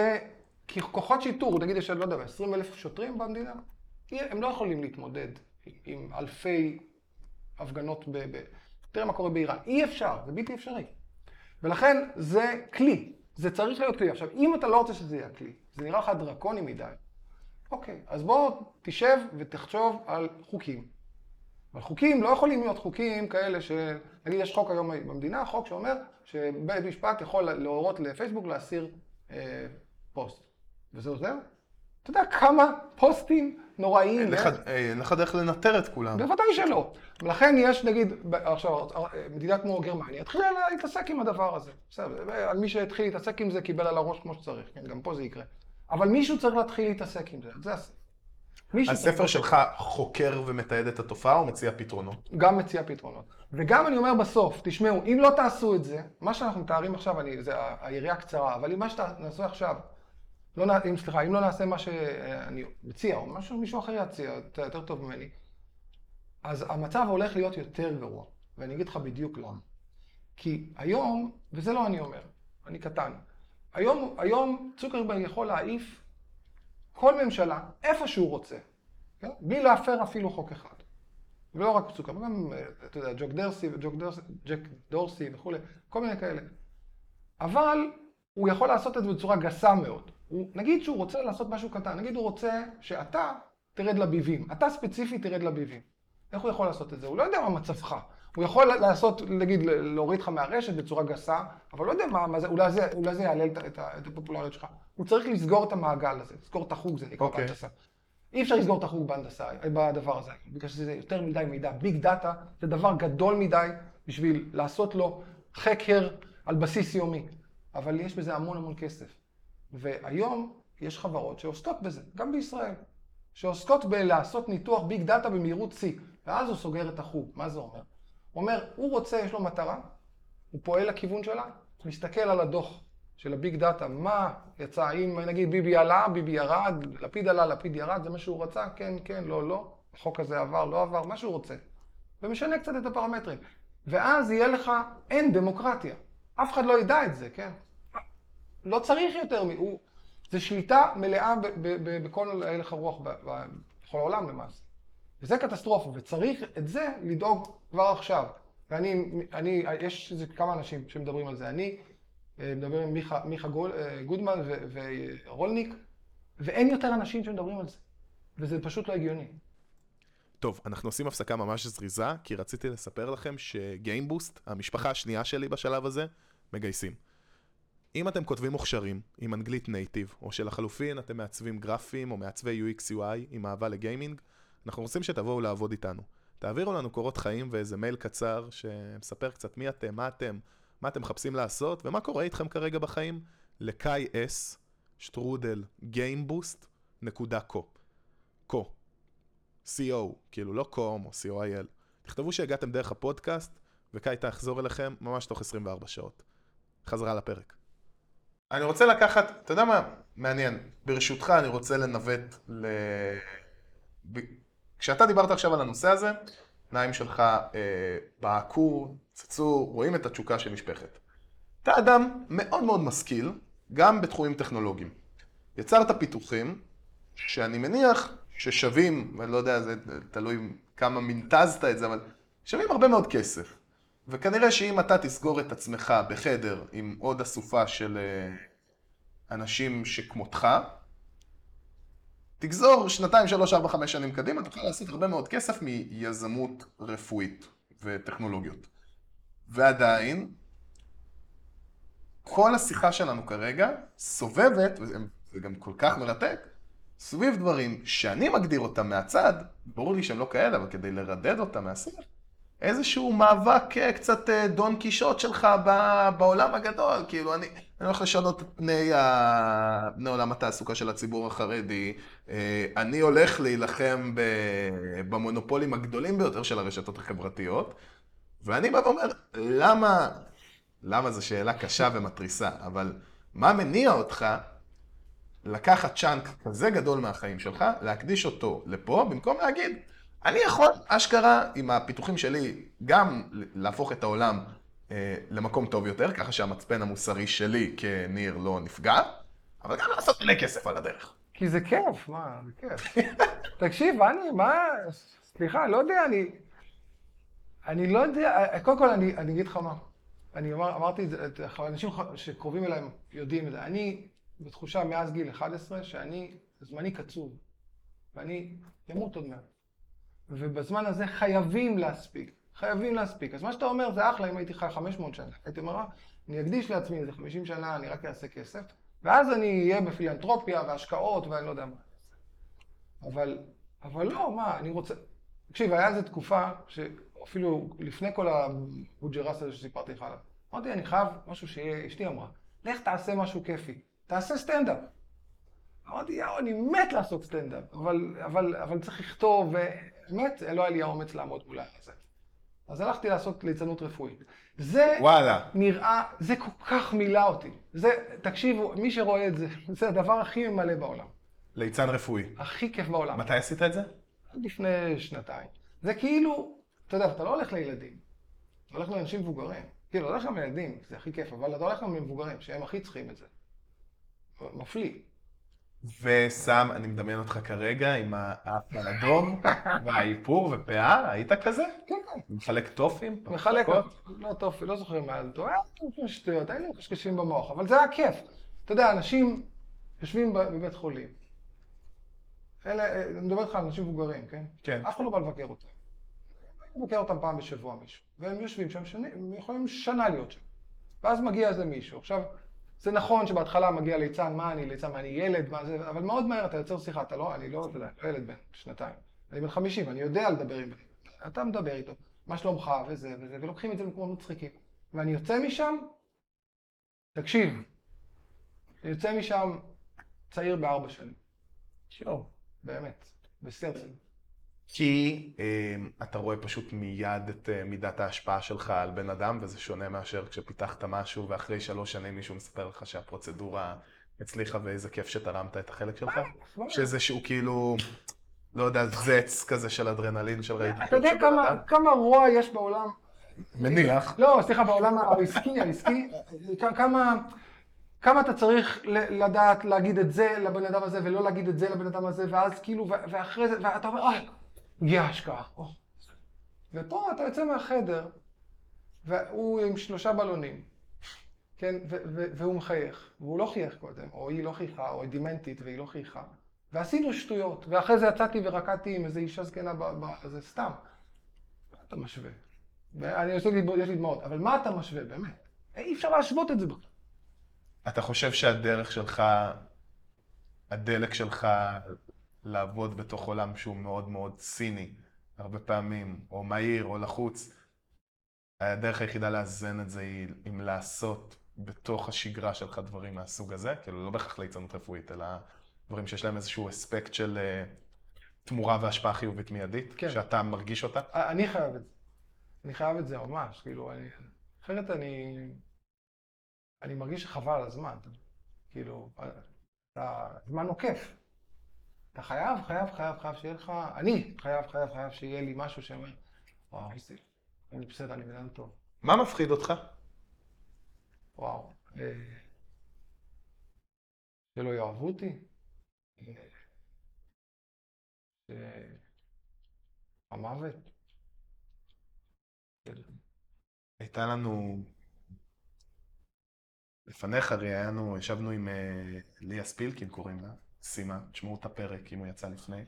כוחות שיטור, נגיד יש, לא יודע, 20,000 שוטרים במדינה, הם לא יכולים להתמודד עם אלפי הפגנות תראה מה קורה באיראן. אי אפשר, זה בלתי אפשרי. ולכן זה כלי, זה צריך להיות כלי. עכשיו, אם אתה לא רוצה שזה יהיה כלי, זה נראה לך דרקוני מדי, אוקיי, אז בוא תשב ותחשוב על חוקים. אבל חוקים לא יכולים להיות חוקים כאלה נגיד יש חוק היום במדינה, חוק שאומר שבית משפט יכול להורות לפייסבוק להסיר פוסט. וזה עוזר? אתה יודע כמה פוסטים נוראיים. אין לך דרך לנטר את כולם. בוודאי שלא. ולכן יש, נגיד, עכשיו, מדינה כמו גרמניה, התחילה להתעסק עם הדבר הזה. בסדר, על מי שהתחיל להתעסק עם זה קיבל על הראש כמו שצריך, כן, גם פה זה יקרה. אבל מישהו צריך להתחיל להתעסק עם זה, זה הספר. הספר שלך חוקר ומתעד את התופעה או מציע פתרונות? גם מציע פתרונות. וגם אני אומר בסוף, תשמעו, אם לא תעשו את זה, מה שאנחנו מתארים עכשיו, זה היריעה קצרה, אבל אם מה שתעשו עכשיו, אם לא נעשה מה שאני מציע, או משהו מישהו אחר יציע, יותר טוב ממני, אז המצב הולך להיות יותר גרוע. ואני אגיד לך בדיוק למה. כי היום, וזה לא אני אומר, אני קטן, היום צוקרברג יכול להעיף כל ממשלה, איפה שהוא רוצה, כן? בלי להפר אפילו חוק אחד. ולא רק צוקרברג, גם, אתה יודע, ג'ק דורסי וכו', כל מיני כאלה. אבל הוא יכול לעשות את זה בצורה גסה מאוד. נגיד שהוא רוצה לעשות משהו קטן, נגיד הוא רוצה שאתה תרד לביבים, אתה ספציפית תרד לביבים. איך הוא יכול לעשות את זה? הוא לא יודע מה מצבך. הוא יכול לעשות, נגיד, להוריד לך מהרשת בצורה גסה, אבל לא יודע מה זה, אולי זה יעלה את הפופולריות שלך. הוא צריך לסגור את המעגל הזה, לסגור את החוג, זה נקרא בהנדסה. אי אפשר לסגור את החוג בהנדסה, בדבר הזה, בגלל שזה יותר מדי מידע. ביג דאטה זה דבר גדול מדי בשביל לעשות לו חקר על בסיס יומי. אבל יש בזה המון כסף. והיום יש חברות שעוסקות בזה, גם בישראל, שעוסקות בלעשות ניתוח ביג דאטה במהירות C, ואז הוא סוגר את החוג. מה זה אומר? הוא אומר, הוא רוצה, יש לו מטרה, הוא פועל לכיוון שלה, מסתכל על הדוח של הביג דאטה, מה יצא, אם נגיד ביבי עלה, ביבי ירד, לפיד עלה, לפיד ירד, זה מה שהוא רצה, כן, לא, החוק הזה עבר, לא עבר, מה שהוא רוצה. ומשנה קצת את הפרמטרים. ואז יהיה לך, אין דמוקרטיה. אף אחד לא ידע את זה, כן? לא צריך יותר, זה שליטה מלאה בכל הלך הרוח בכל העולם למעשה. וזה קטסטרופה, וצריך את זה לדאוג כבר עכשיו. יש כמה אנשים שמדברים על זה. אני מדבר עם מיכה גודמן ורולניק, ואין יותר אנשים שמדברים על זה. וזה פשוט לא הגיוני. טוב, אנחנו עושים הפסקה ממש זריזה, כי רציתי לספר לכם שגיימבוסט, המשפחה השנייה שלי בשלב הזה, מגייסים. אם אתם כותבים מוכשרים עם אנגלית נייטיב, או שלחלופין אתם מעצבים גרפיים או מעצבי UX UI עם אהבה לגיימינג, אנחנו רוצים שתבואו לעבוד איתנו. תעבירו לנו קורות חיים ואיזה מייל קצר שמספר קצת מי אתם, מה אתם מחפשים לעשות, ומה קורה איתכם כרגע בחיים, ל-kai@gameboost.co. CO, כאילו לא com או COIL. תכתבו שהגעתם דרך הפודקאסט, וקייטה יחזור אליכם ממש תוך 24 שעות. חזרה לפרק. אני רוצה לקחת, אתה יודע מה? מעניין. ברשותך אני רוצה לנווט כשאתה דיברת עכשיו על הנושא הזה, עיניים שלך בעקור, צצור, רואים את התשוקה שנשפכת. אתה אדם מאוד מאוד משכיל, גם בתחומים טכנולוגיים. יצרת פיתוחים שאני מניח ששווים, ואני לא יודע, זה תלוי כמה מנתזת את זה, אבל שווים הרבה מאוד כסף. וכנראה שאם אתה תסגור את עצמך בחדר עם עוד אסופה של אנשים שכמותך, תגזור 2, 3, 4, 5 שנים קדימה, תוכל לעשות הרבה מאוד כסף מיזמות רפואית וטכנולוגיות. ועדיין, כל השיחה שלנו כרגע סובבת, וזה גם כל כך מרתק, סביב דברים שאני מגדיר אותם מהצד, ברור לי שהם לא כאלה, אבל כדי לרדד אותם מהשיח, איזשהו מאבק קצת דון קישוט שלך בעולם הגדול, כאילו אני הולך לשנות את פני עולם התעסוקה של הציבור החרדי, אני הולך להילחם במונופולים הגדולים ביותר של הרשתות החברתיות, ואני בא ואומר, למה זו שאלה קשה ומטריסה, אבל מה מניע אותך לקחת צ'אנק כזה גדול מהחיים שלך, להקדיש אותו לפה, במקום להגיד, אני יכול, אשכרה, עם הפיתוחים שלי, גם להפוך את העולם למקום טוב יותר, ככה שהמצפן המוסרי שלי כניר לא נפגע, אבל גם לעשות מלא כסף על הדרך. כי זה כיף, מה, זה כיף. תקשיב, סליחה, לא יודע, אני לא יודע, קודם כל אני אגיד לך מה. אמרתי את זה, אנשים שקרובים אליי יודעים את זה. אני בתחושה מאז גיל 11 זמני קצוב, ואני אמות עוד מעט. ובזמן הזה חייבים להספיק. אז מה שאתה אומר זה אחלה אם הייתי חי 500 שנה. הייתי אומר, אני אקדיש לעצמי איזה 50 שנה, אני רק אעשה כסף, ואז אני אהיה בפילנטרופיה והשקעות ואני לא יודע מה. אבל לא, מה, אני רוצה... תקשיב, היה איזו תקופה שאפילו לפני כל הבוג'רס הזה שסיפרתי לך עליו, אמרתי, אני חייב משהו שאשתי אמרה, לך תעשה משהו כיפי, תעשה סטנדאפ. אמרתי, יאו, אני מת לעשות סטנדאפ, אבל צריך לכתוב, ובאמת, לא היה לי האומץ לעמוד מול הזה. אז הלכתי לעשות ליצנות רפואית. זה נראה, זה כל כך מילא אותי. תקשיבו, מי שרואה את זה, זה הדבר הכי ממלא בעולם. ליצן רפואי. הכי כיף בעולם. מתי עשית את זה? לפני 2 זה כאילו, אתה יודע, אתה לא הולך לילדים, אתה הולך לאנשים מבוגרים. כאילו, אתה הולך גם לילדים, זה הכי כיף, אבל אתה הולך גם למבוגרים, שהם הכי צריכים את זה. מפליא. ושם, אני מדמיין אותך כרגע עם האף האדום והאיפור ופאה, היית כזה? כן, כן. מחלק טופים? מחלק, לא טופי, לא זוכר מה זה טוב, היה שטויות, היינו קשקשים במוח, אבל זה היה כיף. אתה יודע, אנשים יושבים בבית חולים. אני מדבר איתך על אנשים מבוגרים, כן? כן. אף אחד לא בא לבקר אותם. מבקר אותם פעם בשבוע מישהו, והם יושבים שם שנים, הם יכולים שנה להיות שם. ואז מגיע איזה מישהו. עכשיו, זה נכון שבהתחלה מגיע ליצן, מה אני ליצן, מה אני ילד, מה זה, אבל מאוד מהר אתה יוצר שיחה, אני לא יודע, לא ילד בן 2, אני בן 50, אני יודע לדבר עם בן. אתה מדבר איתו, מה שלומך וזה, ולוקחים את זה למקומות מצחיקים. ואני יוצא משם, תקשיב, אני יוצא משם צעיר ב4 שנים. באמת, בסרט. כי אתה רואה פשוט מיד את מידת ההשפעה שלך על בן אדם, וזה שונה מאשר כשפיתחת משהו, ואחרי 3 שנים מישהו מספר לך שהפרוצדורה הצליחה ואיזה כיף שתרמת את החלק שלך. שזה שהוא כאילו, לא יודע, זץ כזה של אדרנלין של ראיתי. אתה יודע כמה רוע יש בעולם? מניח. לא, סליחה, בעולם העסקי, כמה אתה צריך לדעת להגיד את זה לבן אדם הזה, ולא להגיד את זה לבן אדם הזה, ואז כאילו, ואחרי זה, ואתה אומר, הגיעה השקעה. ופה אתה יוצא מהחדר, והוא עם 3 בלונים, כן, והוא מחייך, והוא לא חייך קודם, או היא לא חייכה, או היא דימנטית והיא לא חייכה. ועשינו שטויות, ואחרי זה יצאתי ורקדתי עם איזו אישה זקנה, זה סתם. מה אתה משווה? יש לי דמעות, אבל מה אתה משווה, באמת? אי אפשר להשוות את זה בכלל. אתה חושב שהדרך שלך, הדלק שלך לעבוד בתוך עולם שהוא מאוד מאוד ציני, הרבה פעמים, או מהיר, או לחוץ, הדרך היחידה לאזן את זה היא אם לעשות בתוך השגרה שלך דברים מהסוג הזה, כאילו לא בהכרח ליצנות רפואית, אלא דברים שיש להם איזשהו אספקט של תמורה והשפעה חיובית מיידית, כן. שאתה מרגיש אותה? אני חייב את זה. אני חייב את זה ממש, כאילו, אחרת אני מרגיש שחבל על הזמן. כאילו, הזמן עוקף. אתה חייב שיהיה לך, אני חייב שיהיה לי משהו שאומר, וואו, אני בסדר, אני בן אדם טוב. מה מפחיד אותך? וואו. שלא יאהבו אותי. המוות. הייתה לנו, לפניך ראיינו, ישבנו עם ליה ספילקין, קוראים לה, סימה, תשמעו את הפרק אם הוא יצא לפני.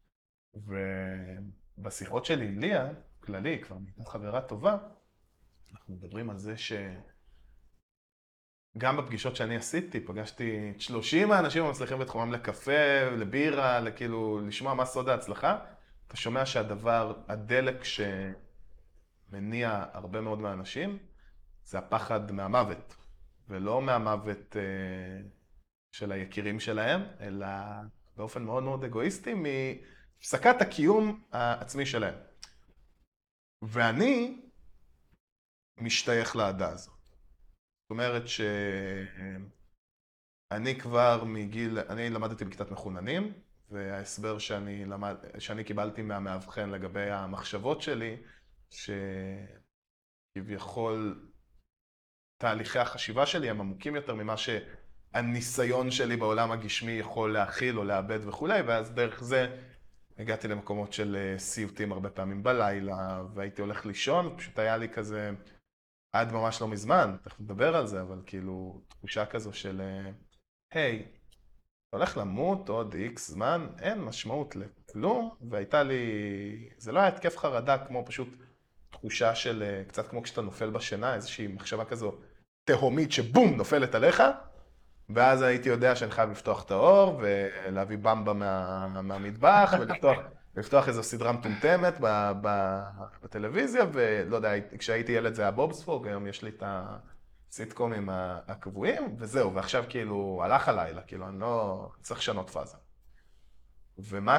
ובשיחות שלי עם ליה, כללי, כבר הייתה חברה טובה, אנחנו מדברים על זה גם בפגישות שאני עשיתי, פגשתי 30 האנשים המצליחים בתחומם לקפה, לבירה, כאילו לשמוע מה סוד ההצלחה. אתה שומע הדלק שמניע הרבה מאוד מהאנשים, זה הפחד מהמוות. ולא מהמוות של היקירים שלהם, אלא באופן מאוד מאוד אגואיסטי, מהפסקת הקיום העצמי שלהם. ואני משתייך לעדה הזאת. זאת אומרת שאני כבר אני למדתי בכיתת מחוננים, וההסבר שאני קיבלתי מהמאבחן לגבי המחשבות שלי, שכביכול תהליכי החשיבה שלי הם עמוקים יותר ממה שהניסיון שלי בעולם הגשמי יכול להכיל או לאבד וכו', ואז דרך זה הגעתי למקומות של סיוטים הרבה פעמים בלילה, והייתי הולך לישון, פשוט היה לי כזה, עד ממש לא מזמן, תכף נדבר על זה, אבל כאילו תחושה כזו של, היי, אתה הולך למות עוד איקס זמן, אין משמעות לכלום, והייתה לי, זה לא היה התקף חרדה כמו פשוט תחושה של, קצת כמו כשאתה נופל בשינה, איזושהי מחשבה כזו תהומית שבום נופלת עליך, ואז הייתי יודע שאני חייב לפתוח את האור ולהביא במבה מהמטבח ולפתוח איזו סדרה מטומטמת בטלוויזיה, ולא יודע, כשהייתי ילד זה היה בובספוג, היום יש לי את הסיטקומים הקבועים, וזהו, ועכשיו כאילו הלך הלילה, כאילו אני לא צריך לשנות פאזה. ומה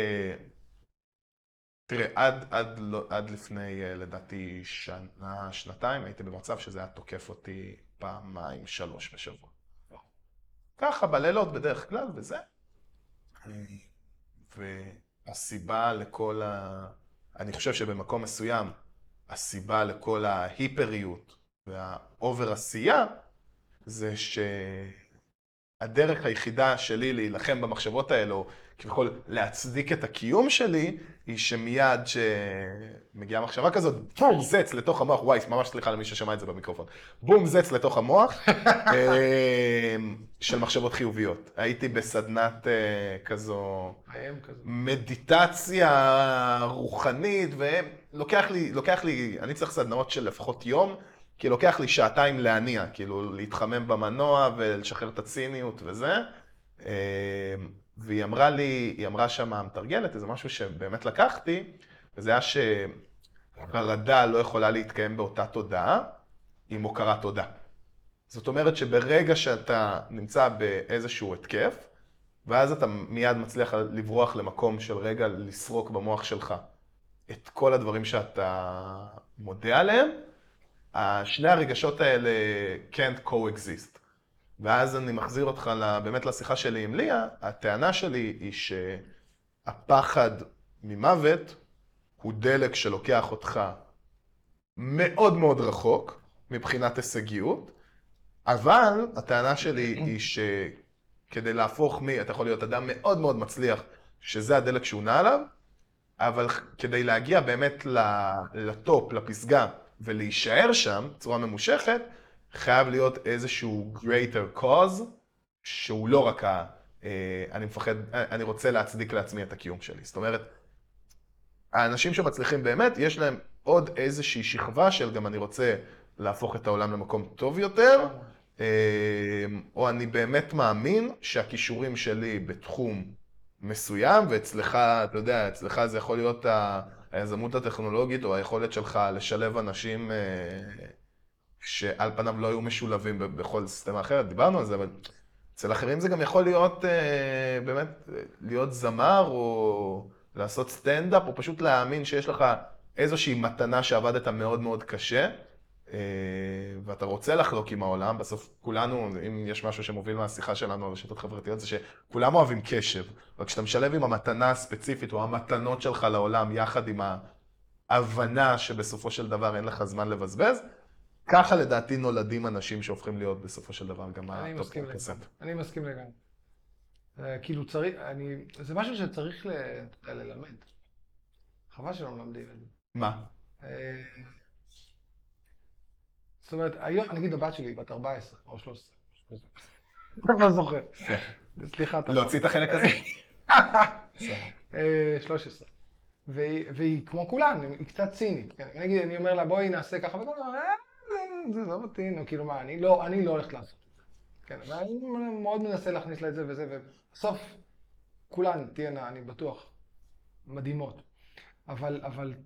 תראה, עד לפני, לדעתי, שנה, שנתיים, הייתי במצב שזה היה תוקף אותי פעמיים, 3 בשבוע. ככה, בלילות בדרך כלל, וזה. והסיבה לכל אני חושב שבמקום מסוים, הסיבה לכל ההיפריות והאובר עשייה, זה שהדרך היחידה שלי להילחם במחשבות האלה, או כביכול להצדיק את הקיום שלי, היא שמיד שמגיעה מחשבה כזאת, בום זץ לתוך המוח, וואי, ממש סליחה למי ששמע את זה במיקרופון, בום זץ לתוך המוח, של מחשבות חיוביות. הייתי בסדנת כזו מדיטציה רוחנית, ולוקח לי, אני צריך סדנאות של לפחות יום, כי לוקח לי 2 שעתיים להניע, כאילו להתחמם במנוע ולשחרר את הציניות וזה. והיא אמרה שמה המתרגלת, איזה משהו שבאמת לקחתי, וזה היה שחרדה לא יכולה להתקיים באותה תודעה, עם הוקרת תודה. זאת אומרת שברגע שאתה נמצא באיזשהו התקף, ואז אתה מיד מצליח לברוח למקום של רגע לסרוק במוח שלך את כל הדברים שאתה מודה עליהם, שני הרגשות האלה can't coexist. ואז אני מחזיר אותך באמת לשיחה שלי עם ליה, הטענה שלי היא שהפחד ממוות הוא דלק שלוקח אותך מאוד מאוד רחוק מבחינת הישגיות, אבל הטענה שלי היא שכדי להפוך אתה יכול להיות אדם מאוד מאוד מצליח, שזה הדלק שהוא נע עליו, אבל כדי להגיע באמת לטופ, לפסגה, ולהישאר שם בצורה ממושכת, חייב להיות איזשהו greater cause, שהוא לא רק אני רוצה להצדיק לעצמי את הקיום שלי. זאת אומרת, האנשים שמצליחים באמת, יש להם עוד איזושהי שכבה של גם אני רוצה להפוך את העולם למקום טוב יותר, או אני באמת מאמין שהכישורים שלי בתחום מסוים, ואצלך, אתה יודע, אצלך זה יכול להיות היזמות הטכנולוגית, או היכולת שלך לשלב אנשים שעל פניו לא היו משולבים בכל סיסטמה אחרת, דיברנו על זה, אבל אצל אחרים זה גם יכול להיות באמת, להיות זמר, או לעשות סטנדאפ, או פשוט להאמין שיש לך איזושהי מתנה שעבדת מאוד מאוד קשה, ואתה רוצה לחלוק עם העולם. בסוף כולנו, אם יש משהו שמוביל מהשיחה שלנו על רשתות חברתיות, זה שכולם אוהבים קשב. וכשאתה משלב עם המתנה הספציפית, או המתנות שלך לעולם, יחד עם ההבנה שבסופו של דבר אין לך זמן לבזבז, ככה לדעתי נולדים אנשים שהופכים להיות בסופו של דבר גם הטופ פרסנט. אני מסכים לגמרי. כאילו צריך, זה משהו שצריך ללמד. חבל שלא מלמדים את זה. מה? זאת אומרת, היום, נגיד הבת שלי, בת 14 או 13. אני לא זוכר. סליחה. להוציא את החלק הזה? 13. והיא כמו כולן, היא קצת צינית. נגיד, אני אומר לה, בואי נעשה ככה, וכל דבר, זה לא מתאים, כאילו מה, אני לא הולכת לעשות את זה. כן, ואני מאוד מנסה להכניס לה את זה וזה, ובסוף כולן תהיינה, אני בטוח, מדהימות. אבל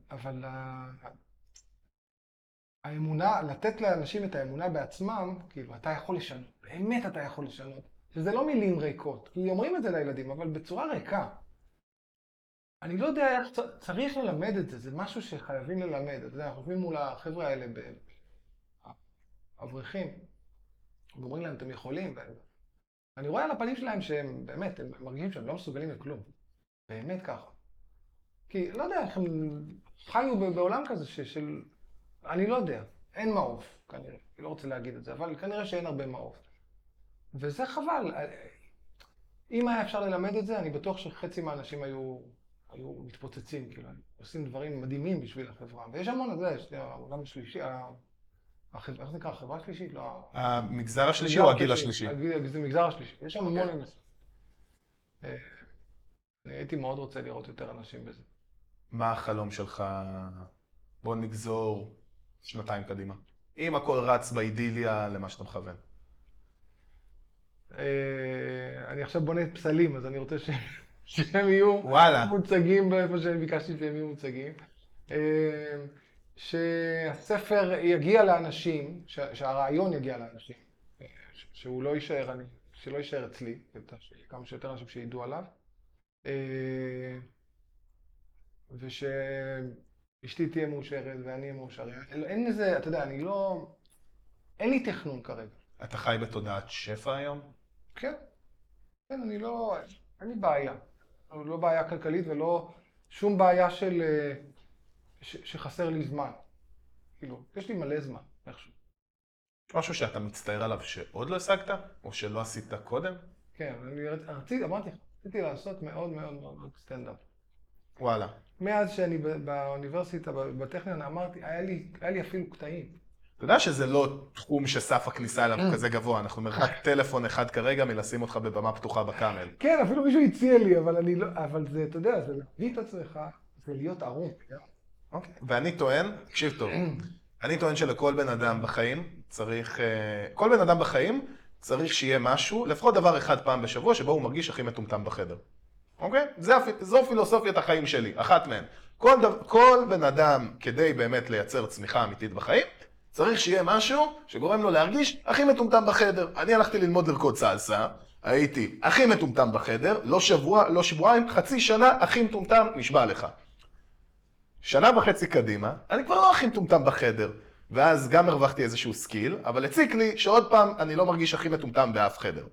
האמונה, לתת לאנשים את האמונה בעצמם, כאילו, אתה יכול לשנות, באמת אתה יכול לשנות. שזה לא מילים ריקות, כי אומרים את זה לילדים, אבל בצורה ריקה. אני לא יודע איך צריך ללמד את זה, זה משהו שחייבים ללמד. אתה יודע, אנחנו חושבים מול החבר'ה האלה באברכים, ואומרים להם, אתם יכולים. אני רואה על הפנים שלהם שהם, באמת, הם מרגישים שהם לא מסוגלים לכלום. באמת ככה. כי, לא יודע, איך הם חיו בעולם כזה של... אני לא יודע, אין מעוף, כנראה. אני לא רוצה להגיד את זה, אבל כנראה שאין הרבה מעוף. וזה חבל. אם היה אפשר ללמד את זה, אני בטוח שחצי מהאנשים היו מתפוצצים, כאילו, עושים דברים מדהימים בשביל החברה. ויש המון את זה, יש העולם השלישי, איך זה נקרא, החברה השלישית? לא... המגזר השלישי או הגיל השלישי? זה מגזר השלישי. יש שם המון אנשים. הייתי מאוד רוצה לראות יותר אנשים בזה. מה החלום שלך? בוא נגזור 2 קדימה. אם הכל רץ באידיליה למה שאתה מכוון. אני עכשיו בונה פסלים, אז אני רוצה שהם יהיו מוצגים באיפה שאני ביקשתי שהם יהיו מוצגים. שהספר יגיע לאנשים, שהרעיון יגיע לאנשים, שהוא לא יישאר, שלא יישאר אצלי, כמה שיותר אנשים שידעו עליו. ושאשתי תהיה מאושרת ואני אהיה מאושר. אין לזה, אתה יודע, אין לי תכנון כרגע. אתה חי בתודעת שפע היום? כן. כן, אין לי בעיה. לא בעיה כלכלית ולא שום בעיה שחסר לי זמן. כאילו, יש לי מלא זמן, איכשהו. משהו שאתה מצטער עליו שעוד לא השגת? או שלא עשית קודם? כן, רציתי לעשות מאוד מאוד מאוד סטנדאפ. וואלה. מאז שאני באוניברסיטה, בטכניון, אמרתי, היה לי אפילו קטעים. אתה יודע שזה לא תחום שסף הכניסה אליו כזה גבוה, אנחנו מרחק טלפון אחד כרגע מלשים אותך בבמה פתוחה בקאמל. כן, אפילו מישהו הציע לי, אבל זה, אתה יודע, זה להביא את עצמך, זה להיות ערום. אוקיי. ואני טוען, תקשיב טוב, אני טוען שלכל בן אדם בחיים צריך, כל בן אדם בחיים צריך שיהיה משהו, לפחות דבר אחד פעם בשבוע, שבו הוא מרגיש הכי מטומטם בחדר. אוקיי? זו פילוסופיית החיים שלי, אחת מהן. כל בן אדם, כדי באמת לייצר צמיחה אמיתית בחיים, צריך שיהיה משהו שגורם לו להרגיש הכי מטומטם בחדר. אני הלכתי ללמוד לרקוד סלסה, הייתי הכי מטומטם בחדר, לא שבוע, לא שבועיים, חצי שנה, הכי מטומטם, נשבע לך. 1.5 שנה קדימה, אני כבר לא הכי מטומטם בחדר. ואז גם הרווחתי איזשהו סקיל, אבל הציק לי שעוד פעם אני לא מרגיש הכי מטומטם באף חדר.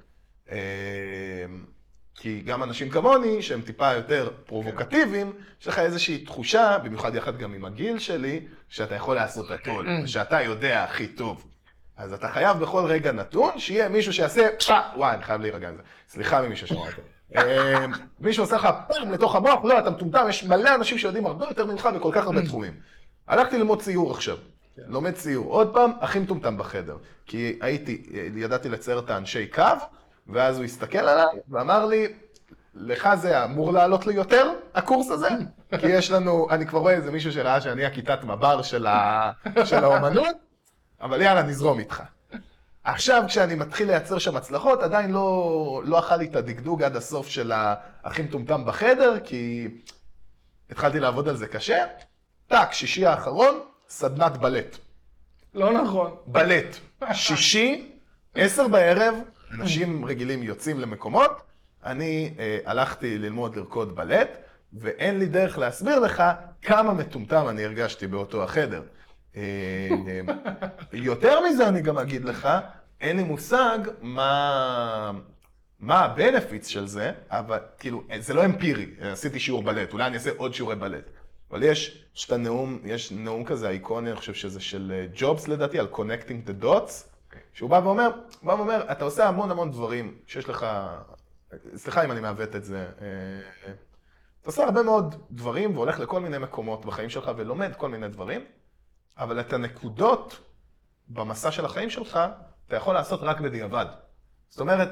כי גם אנשים כמוני, שהם טיפה יותר פרובוקטיביים, יש לך איזושהי תחושה, במיוחד יחד גם עם הגיל שלי, שאתה יכול לעשות הכל, ושאתה יודע הכי טוב. אז אתה חייב בכל רגע נתון, שיהיה מישהו שיעשה, וואי, אני חייב להירגע על זה. סליחה ממי ששמע אותו. מישהו עושה לך פעם לתוך המוח, לא, אתה מטומטם, יש מלא אנשים שיודעים הרבה יותר ממך בכל כך הרבה תחומים. הלכתי ללמוד ציור עכשיו. לומד ציור. עוד פעם, הכי מטומטם בחדר. כי ידעתי לצייר את האנשי קו, ואז הוא הסתכל עליי ואמר לי, לך זה אמור לעלות לי יותר, הקורס הזה? כי יש לנו, אני כבר רואה איזה מישהו שראה שאני הכיתת מב"ר של האומנות, אבל יאללה, נזרום איתך. עכשיו, כשאני מתחיל לייצר שם הצלחות, עדיין לא אכל לי את הדגדוג עד הסוף של הכי מטומטם בחדר, כי התחלתי לעבוד על זה קשה. טק, שישי האחרון, סדנת בלט. לא נכון. בלט. שישי, 10 בערב, אנשים רגילים יוצאים למקומות, אני הלכתי ללמוד לרקוד בלט, ואין לי דרך להסביר לך כמה מטומטם אני הרגשתי באותו החדר. יותר מזה אני גם אגיד לך, אין לי מושג מה הבנפיץ של זה, אבל כאילו, זה לא אמפירי, עשיתי שיעור בלט, אולי אני אעשה עוד שיעורי בלט. אבל יש נאום כזה איקוני, אני חושב שזה של ג'ובס לדעתי, על connecting the dots, שהוא בא ואומר, אתה עושה המון דברים שיש לך, סליחה אם אני מעוות את זה, אתה עושה הרבה מאוד דברים והולך לכל מיני מקומות בחיים שלך ולומד כל מיני דברים, אבל את הנקודות במסע של החיים שלך, אתה יכול לעשות רק בדיעבד. זאת אומרת,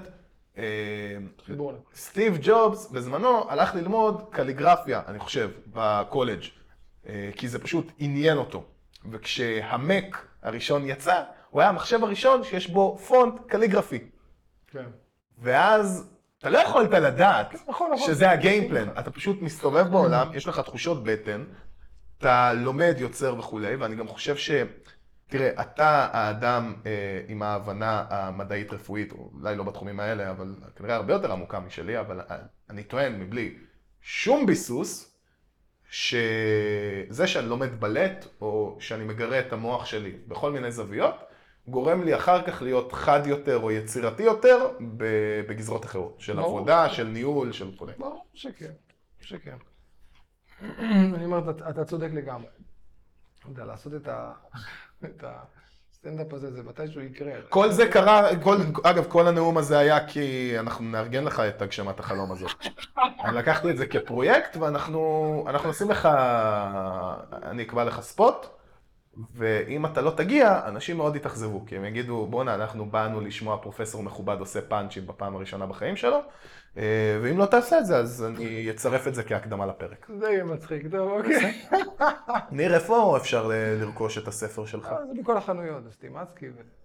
סטיב ג'ובס בזמנו הלך ללמוד קליגרפיה, אני חושב, בקולג', כי זה פשוט עניין אותו. וכשהמק הראשון יצא, הוא היה המחשב הראשון שיש בו פונט קליגרפי. כן. ואז אתה לא יכולת לדעת שזה הגיימפלן. אתה פשוט מסתובב בעולם, יש לך תחושות בטן, אתה לומד, יוצר וכו', ואני גם חושב תראה, אתה האדם עם ההבנה המדעית רפואית, אולי לא בתחומים האלה, אבל כנראה הרבה יותר עמוקה משלי, אבל אני טוען מבלי שום ביסוס, שזה שאני לומד בלט, או שאני מגרה את המוח שלי בכל מיני זוויות, גורם לי אחר כך להיות חד יותר או יצירתי יותר בגזרות אחרות, של עבודה, של ניהול, של וכו'. ברור שכן. אני אומר, אתה צודק לגמרי. אתה יודע, לעשות את הסטנדאפ הזה, זה מתישהו יקרה. כל זה קרה, אגב, כל הנאום הזה היה כי אנחנו נארגן לך את הגשמת החלום הזאת. אני לקחתי את זה כפרויקט, ואנחנו נשים לך, אני אקבע לך ספוט, ואם אתה לא תגיע, אנשים מאוד יתאכזבו, כי הם יגידו, בוא'נה, אנחנו באנו לשמוע פרופסור מכובד עושה פאנצ'ים בפעם הראשונה בחיים שלו, ואם לא תעשה את זה, אז אני אצרף את זה כהקדמה לפרק. זה יהיה מצחיק, טוב, אוקיי. ניר, איפה אפשר לרכוש את הספר שלך? זה בכל החנויות, סטימצקי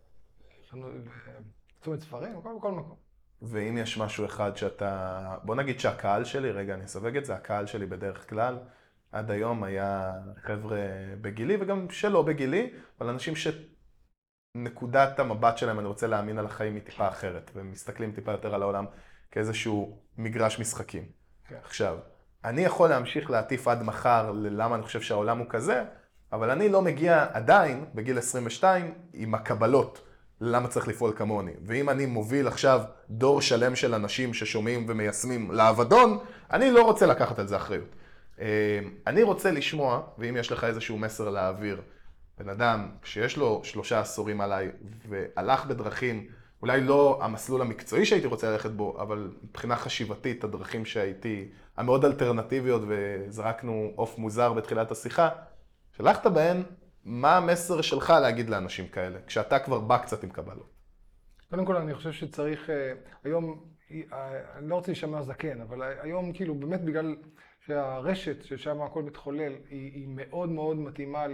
וצומת ספרים, בכל מקום. ואם יש משהו אחד שאתה, בוא נגיד שהקהל שלי, רגע, אני אסווג את זה, הקהל שלי בדרך כלל, עד היום היה חבר'ה בגילי, וגם שלא בגילי, אבל אנשים שנקודת המבט שלהם, אני רוצה להאמין על החיים, היא טיפה אחרת, והם מסתכלים טיפה יותר על העולם כאיזשהו מגרש משחקים. Okay. עכשיו, אני יכול להמשיך להטיף עד מחר ללמה אני חושב שהעולם הוא כזה, אבל אני לא מגיע עדיין, בגיל 22, עם הקבלות, למה צריך לפעול כמוני. ואם אני מוביל עכשיו דור שלם של אנשים ששומעים ומיישמים לאבדון, אני לא רוצה לקחת על זה אחריות. אני רוצה לשמוע, ואם יש לך איזשהו מסר להעביר, בן אדם שיש לו 3 עשורים עליי, והלך בדרכים, אולי לא המסלול המקצועי שהייתי רוצה ללכת בו, אבל מבחינה חשיבתית, הדרכים שהייתי, המאוד אלטרנטיביות, וזרקנו אוף מוזר בתחילת השיחה, שלחת בהן, מה המסר שלך להגיד לאנשים כאלה, כשאתה כבר בא קצת עם קבלות? קודם כל, אני חושב שצריך, היום, אני לא רוצה להישמע זקן, אבל היום כאילו באמת בגלל שהרשת ששם הכל מתחולל, היא מאוד מאוד מתאימה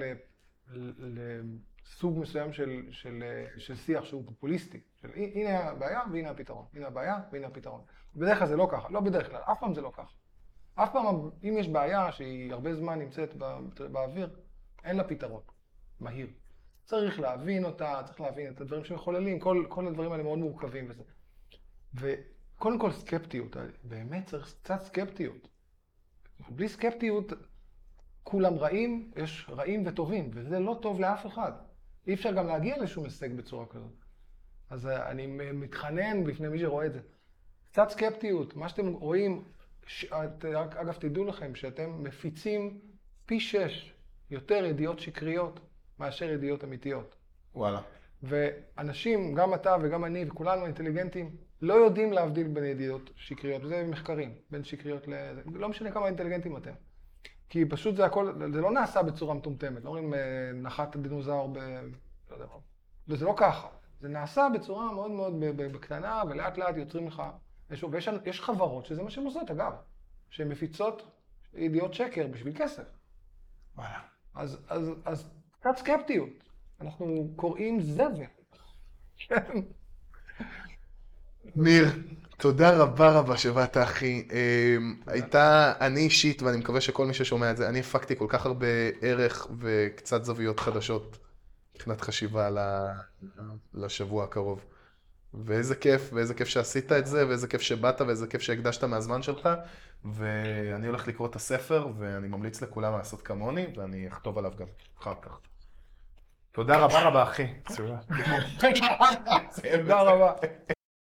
לסוג מסוים של שיח שהוא פופוליסטי. הנה הבעיה והנה הפתרון. הנה הבעיה והנה הפתרון. בדרך כלל זה לא ככה, לא בדרך כלל, אף פעם זה לא ככה. אף פעם, אם יש בעיה שהיא הרבה זמן נמצאת באוויר, אין לה פתרון, מהיר. צריך להבין אותה, צריך להבין את הדברים שמחוללים, כל הדברים האלה מאוד מורכבים וזה. וקודם כל סקפטיות, באמת צריך קצת סקפטיות. בלי סקפטיות, כולם רעים, יש רעים וטובים, וזה לא טוב לאף אחד. אי אפשר גם להגיע לשום הישג בצורה כזאת. אז אני מתחנן בפני מי שרואה את זה. קצת סקפטיות, מה שאתם רואים, אגב תדעו לכם שאתם מפיצים פי 6 יותר ידיעות שקריות מאשר ידיעות אמיתיות. וואלה. ואנשים, גם אתה וגם אני וכולנו אינטליגנטים, לא יודעים להבדיל בין ידיעות שקריות, וזה מחקרים, בין שקריות לא משנה כמה אינטליגנטים אתם. כי פשוט זה הכל, זה לא נעשה בצורה מטומטמת, לא אומרים נחת הדינוזאור לא יודע מה. וזה לא ככה. זה נעשה בצורה מאוד מאוד בקטנה, ולאט לאט יוצרים לך ויש חברות שזה מה שהן עושות, אגב, שהן מפיצות ידיעות שקר בשביל כסף. וואלה. אז קצת סקפטיות. אנחנו קוראים זבל. ניר, תודה רבה שבאת, אחי. אני אישית, ואני מקווה שכל מי ששומע את זה, אני הפקתי כל כך הרבה ערך וקצת זוויות חדשות מבחינת חשיבה לשבוע הקרוב. ואיזה כיף, ואיזה כיף שעשית את זה, ואיזה כיף שבאת, ואיזה כיף שהקדשת מהזמן שלך. ואני הולך לקרוא את הספר, ואני ממליץ לכולם לעשות כמוני, ואני אכתוב עליו גם אחר כך. תודה רבה רבה, אחי. תודה רבה.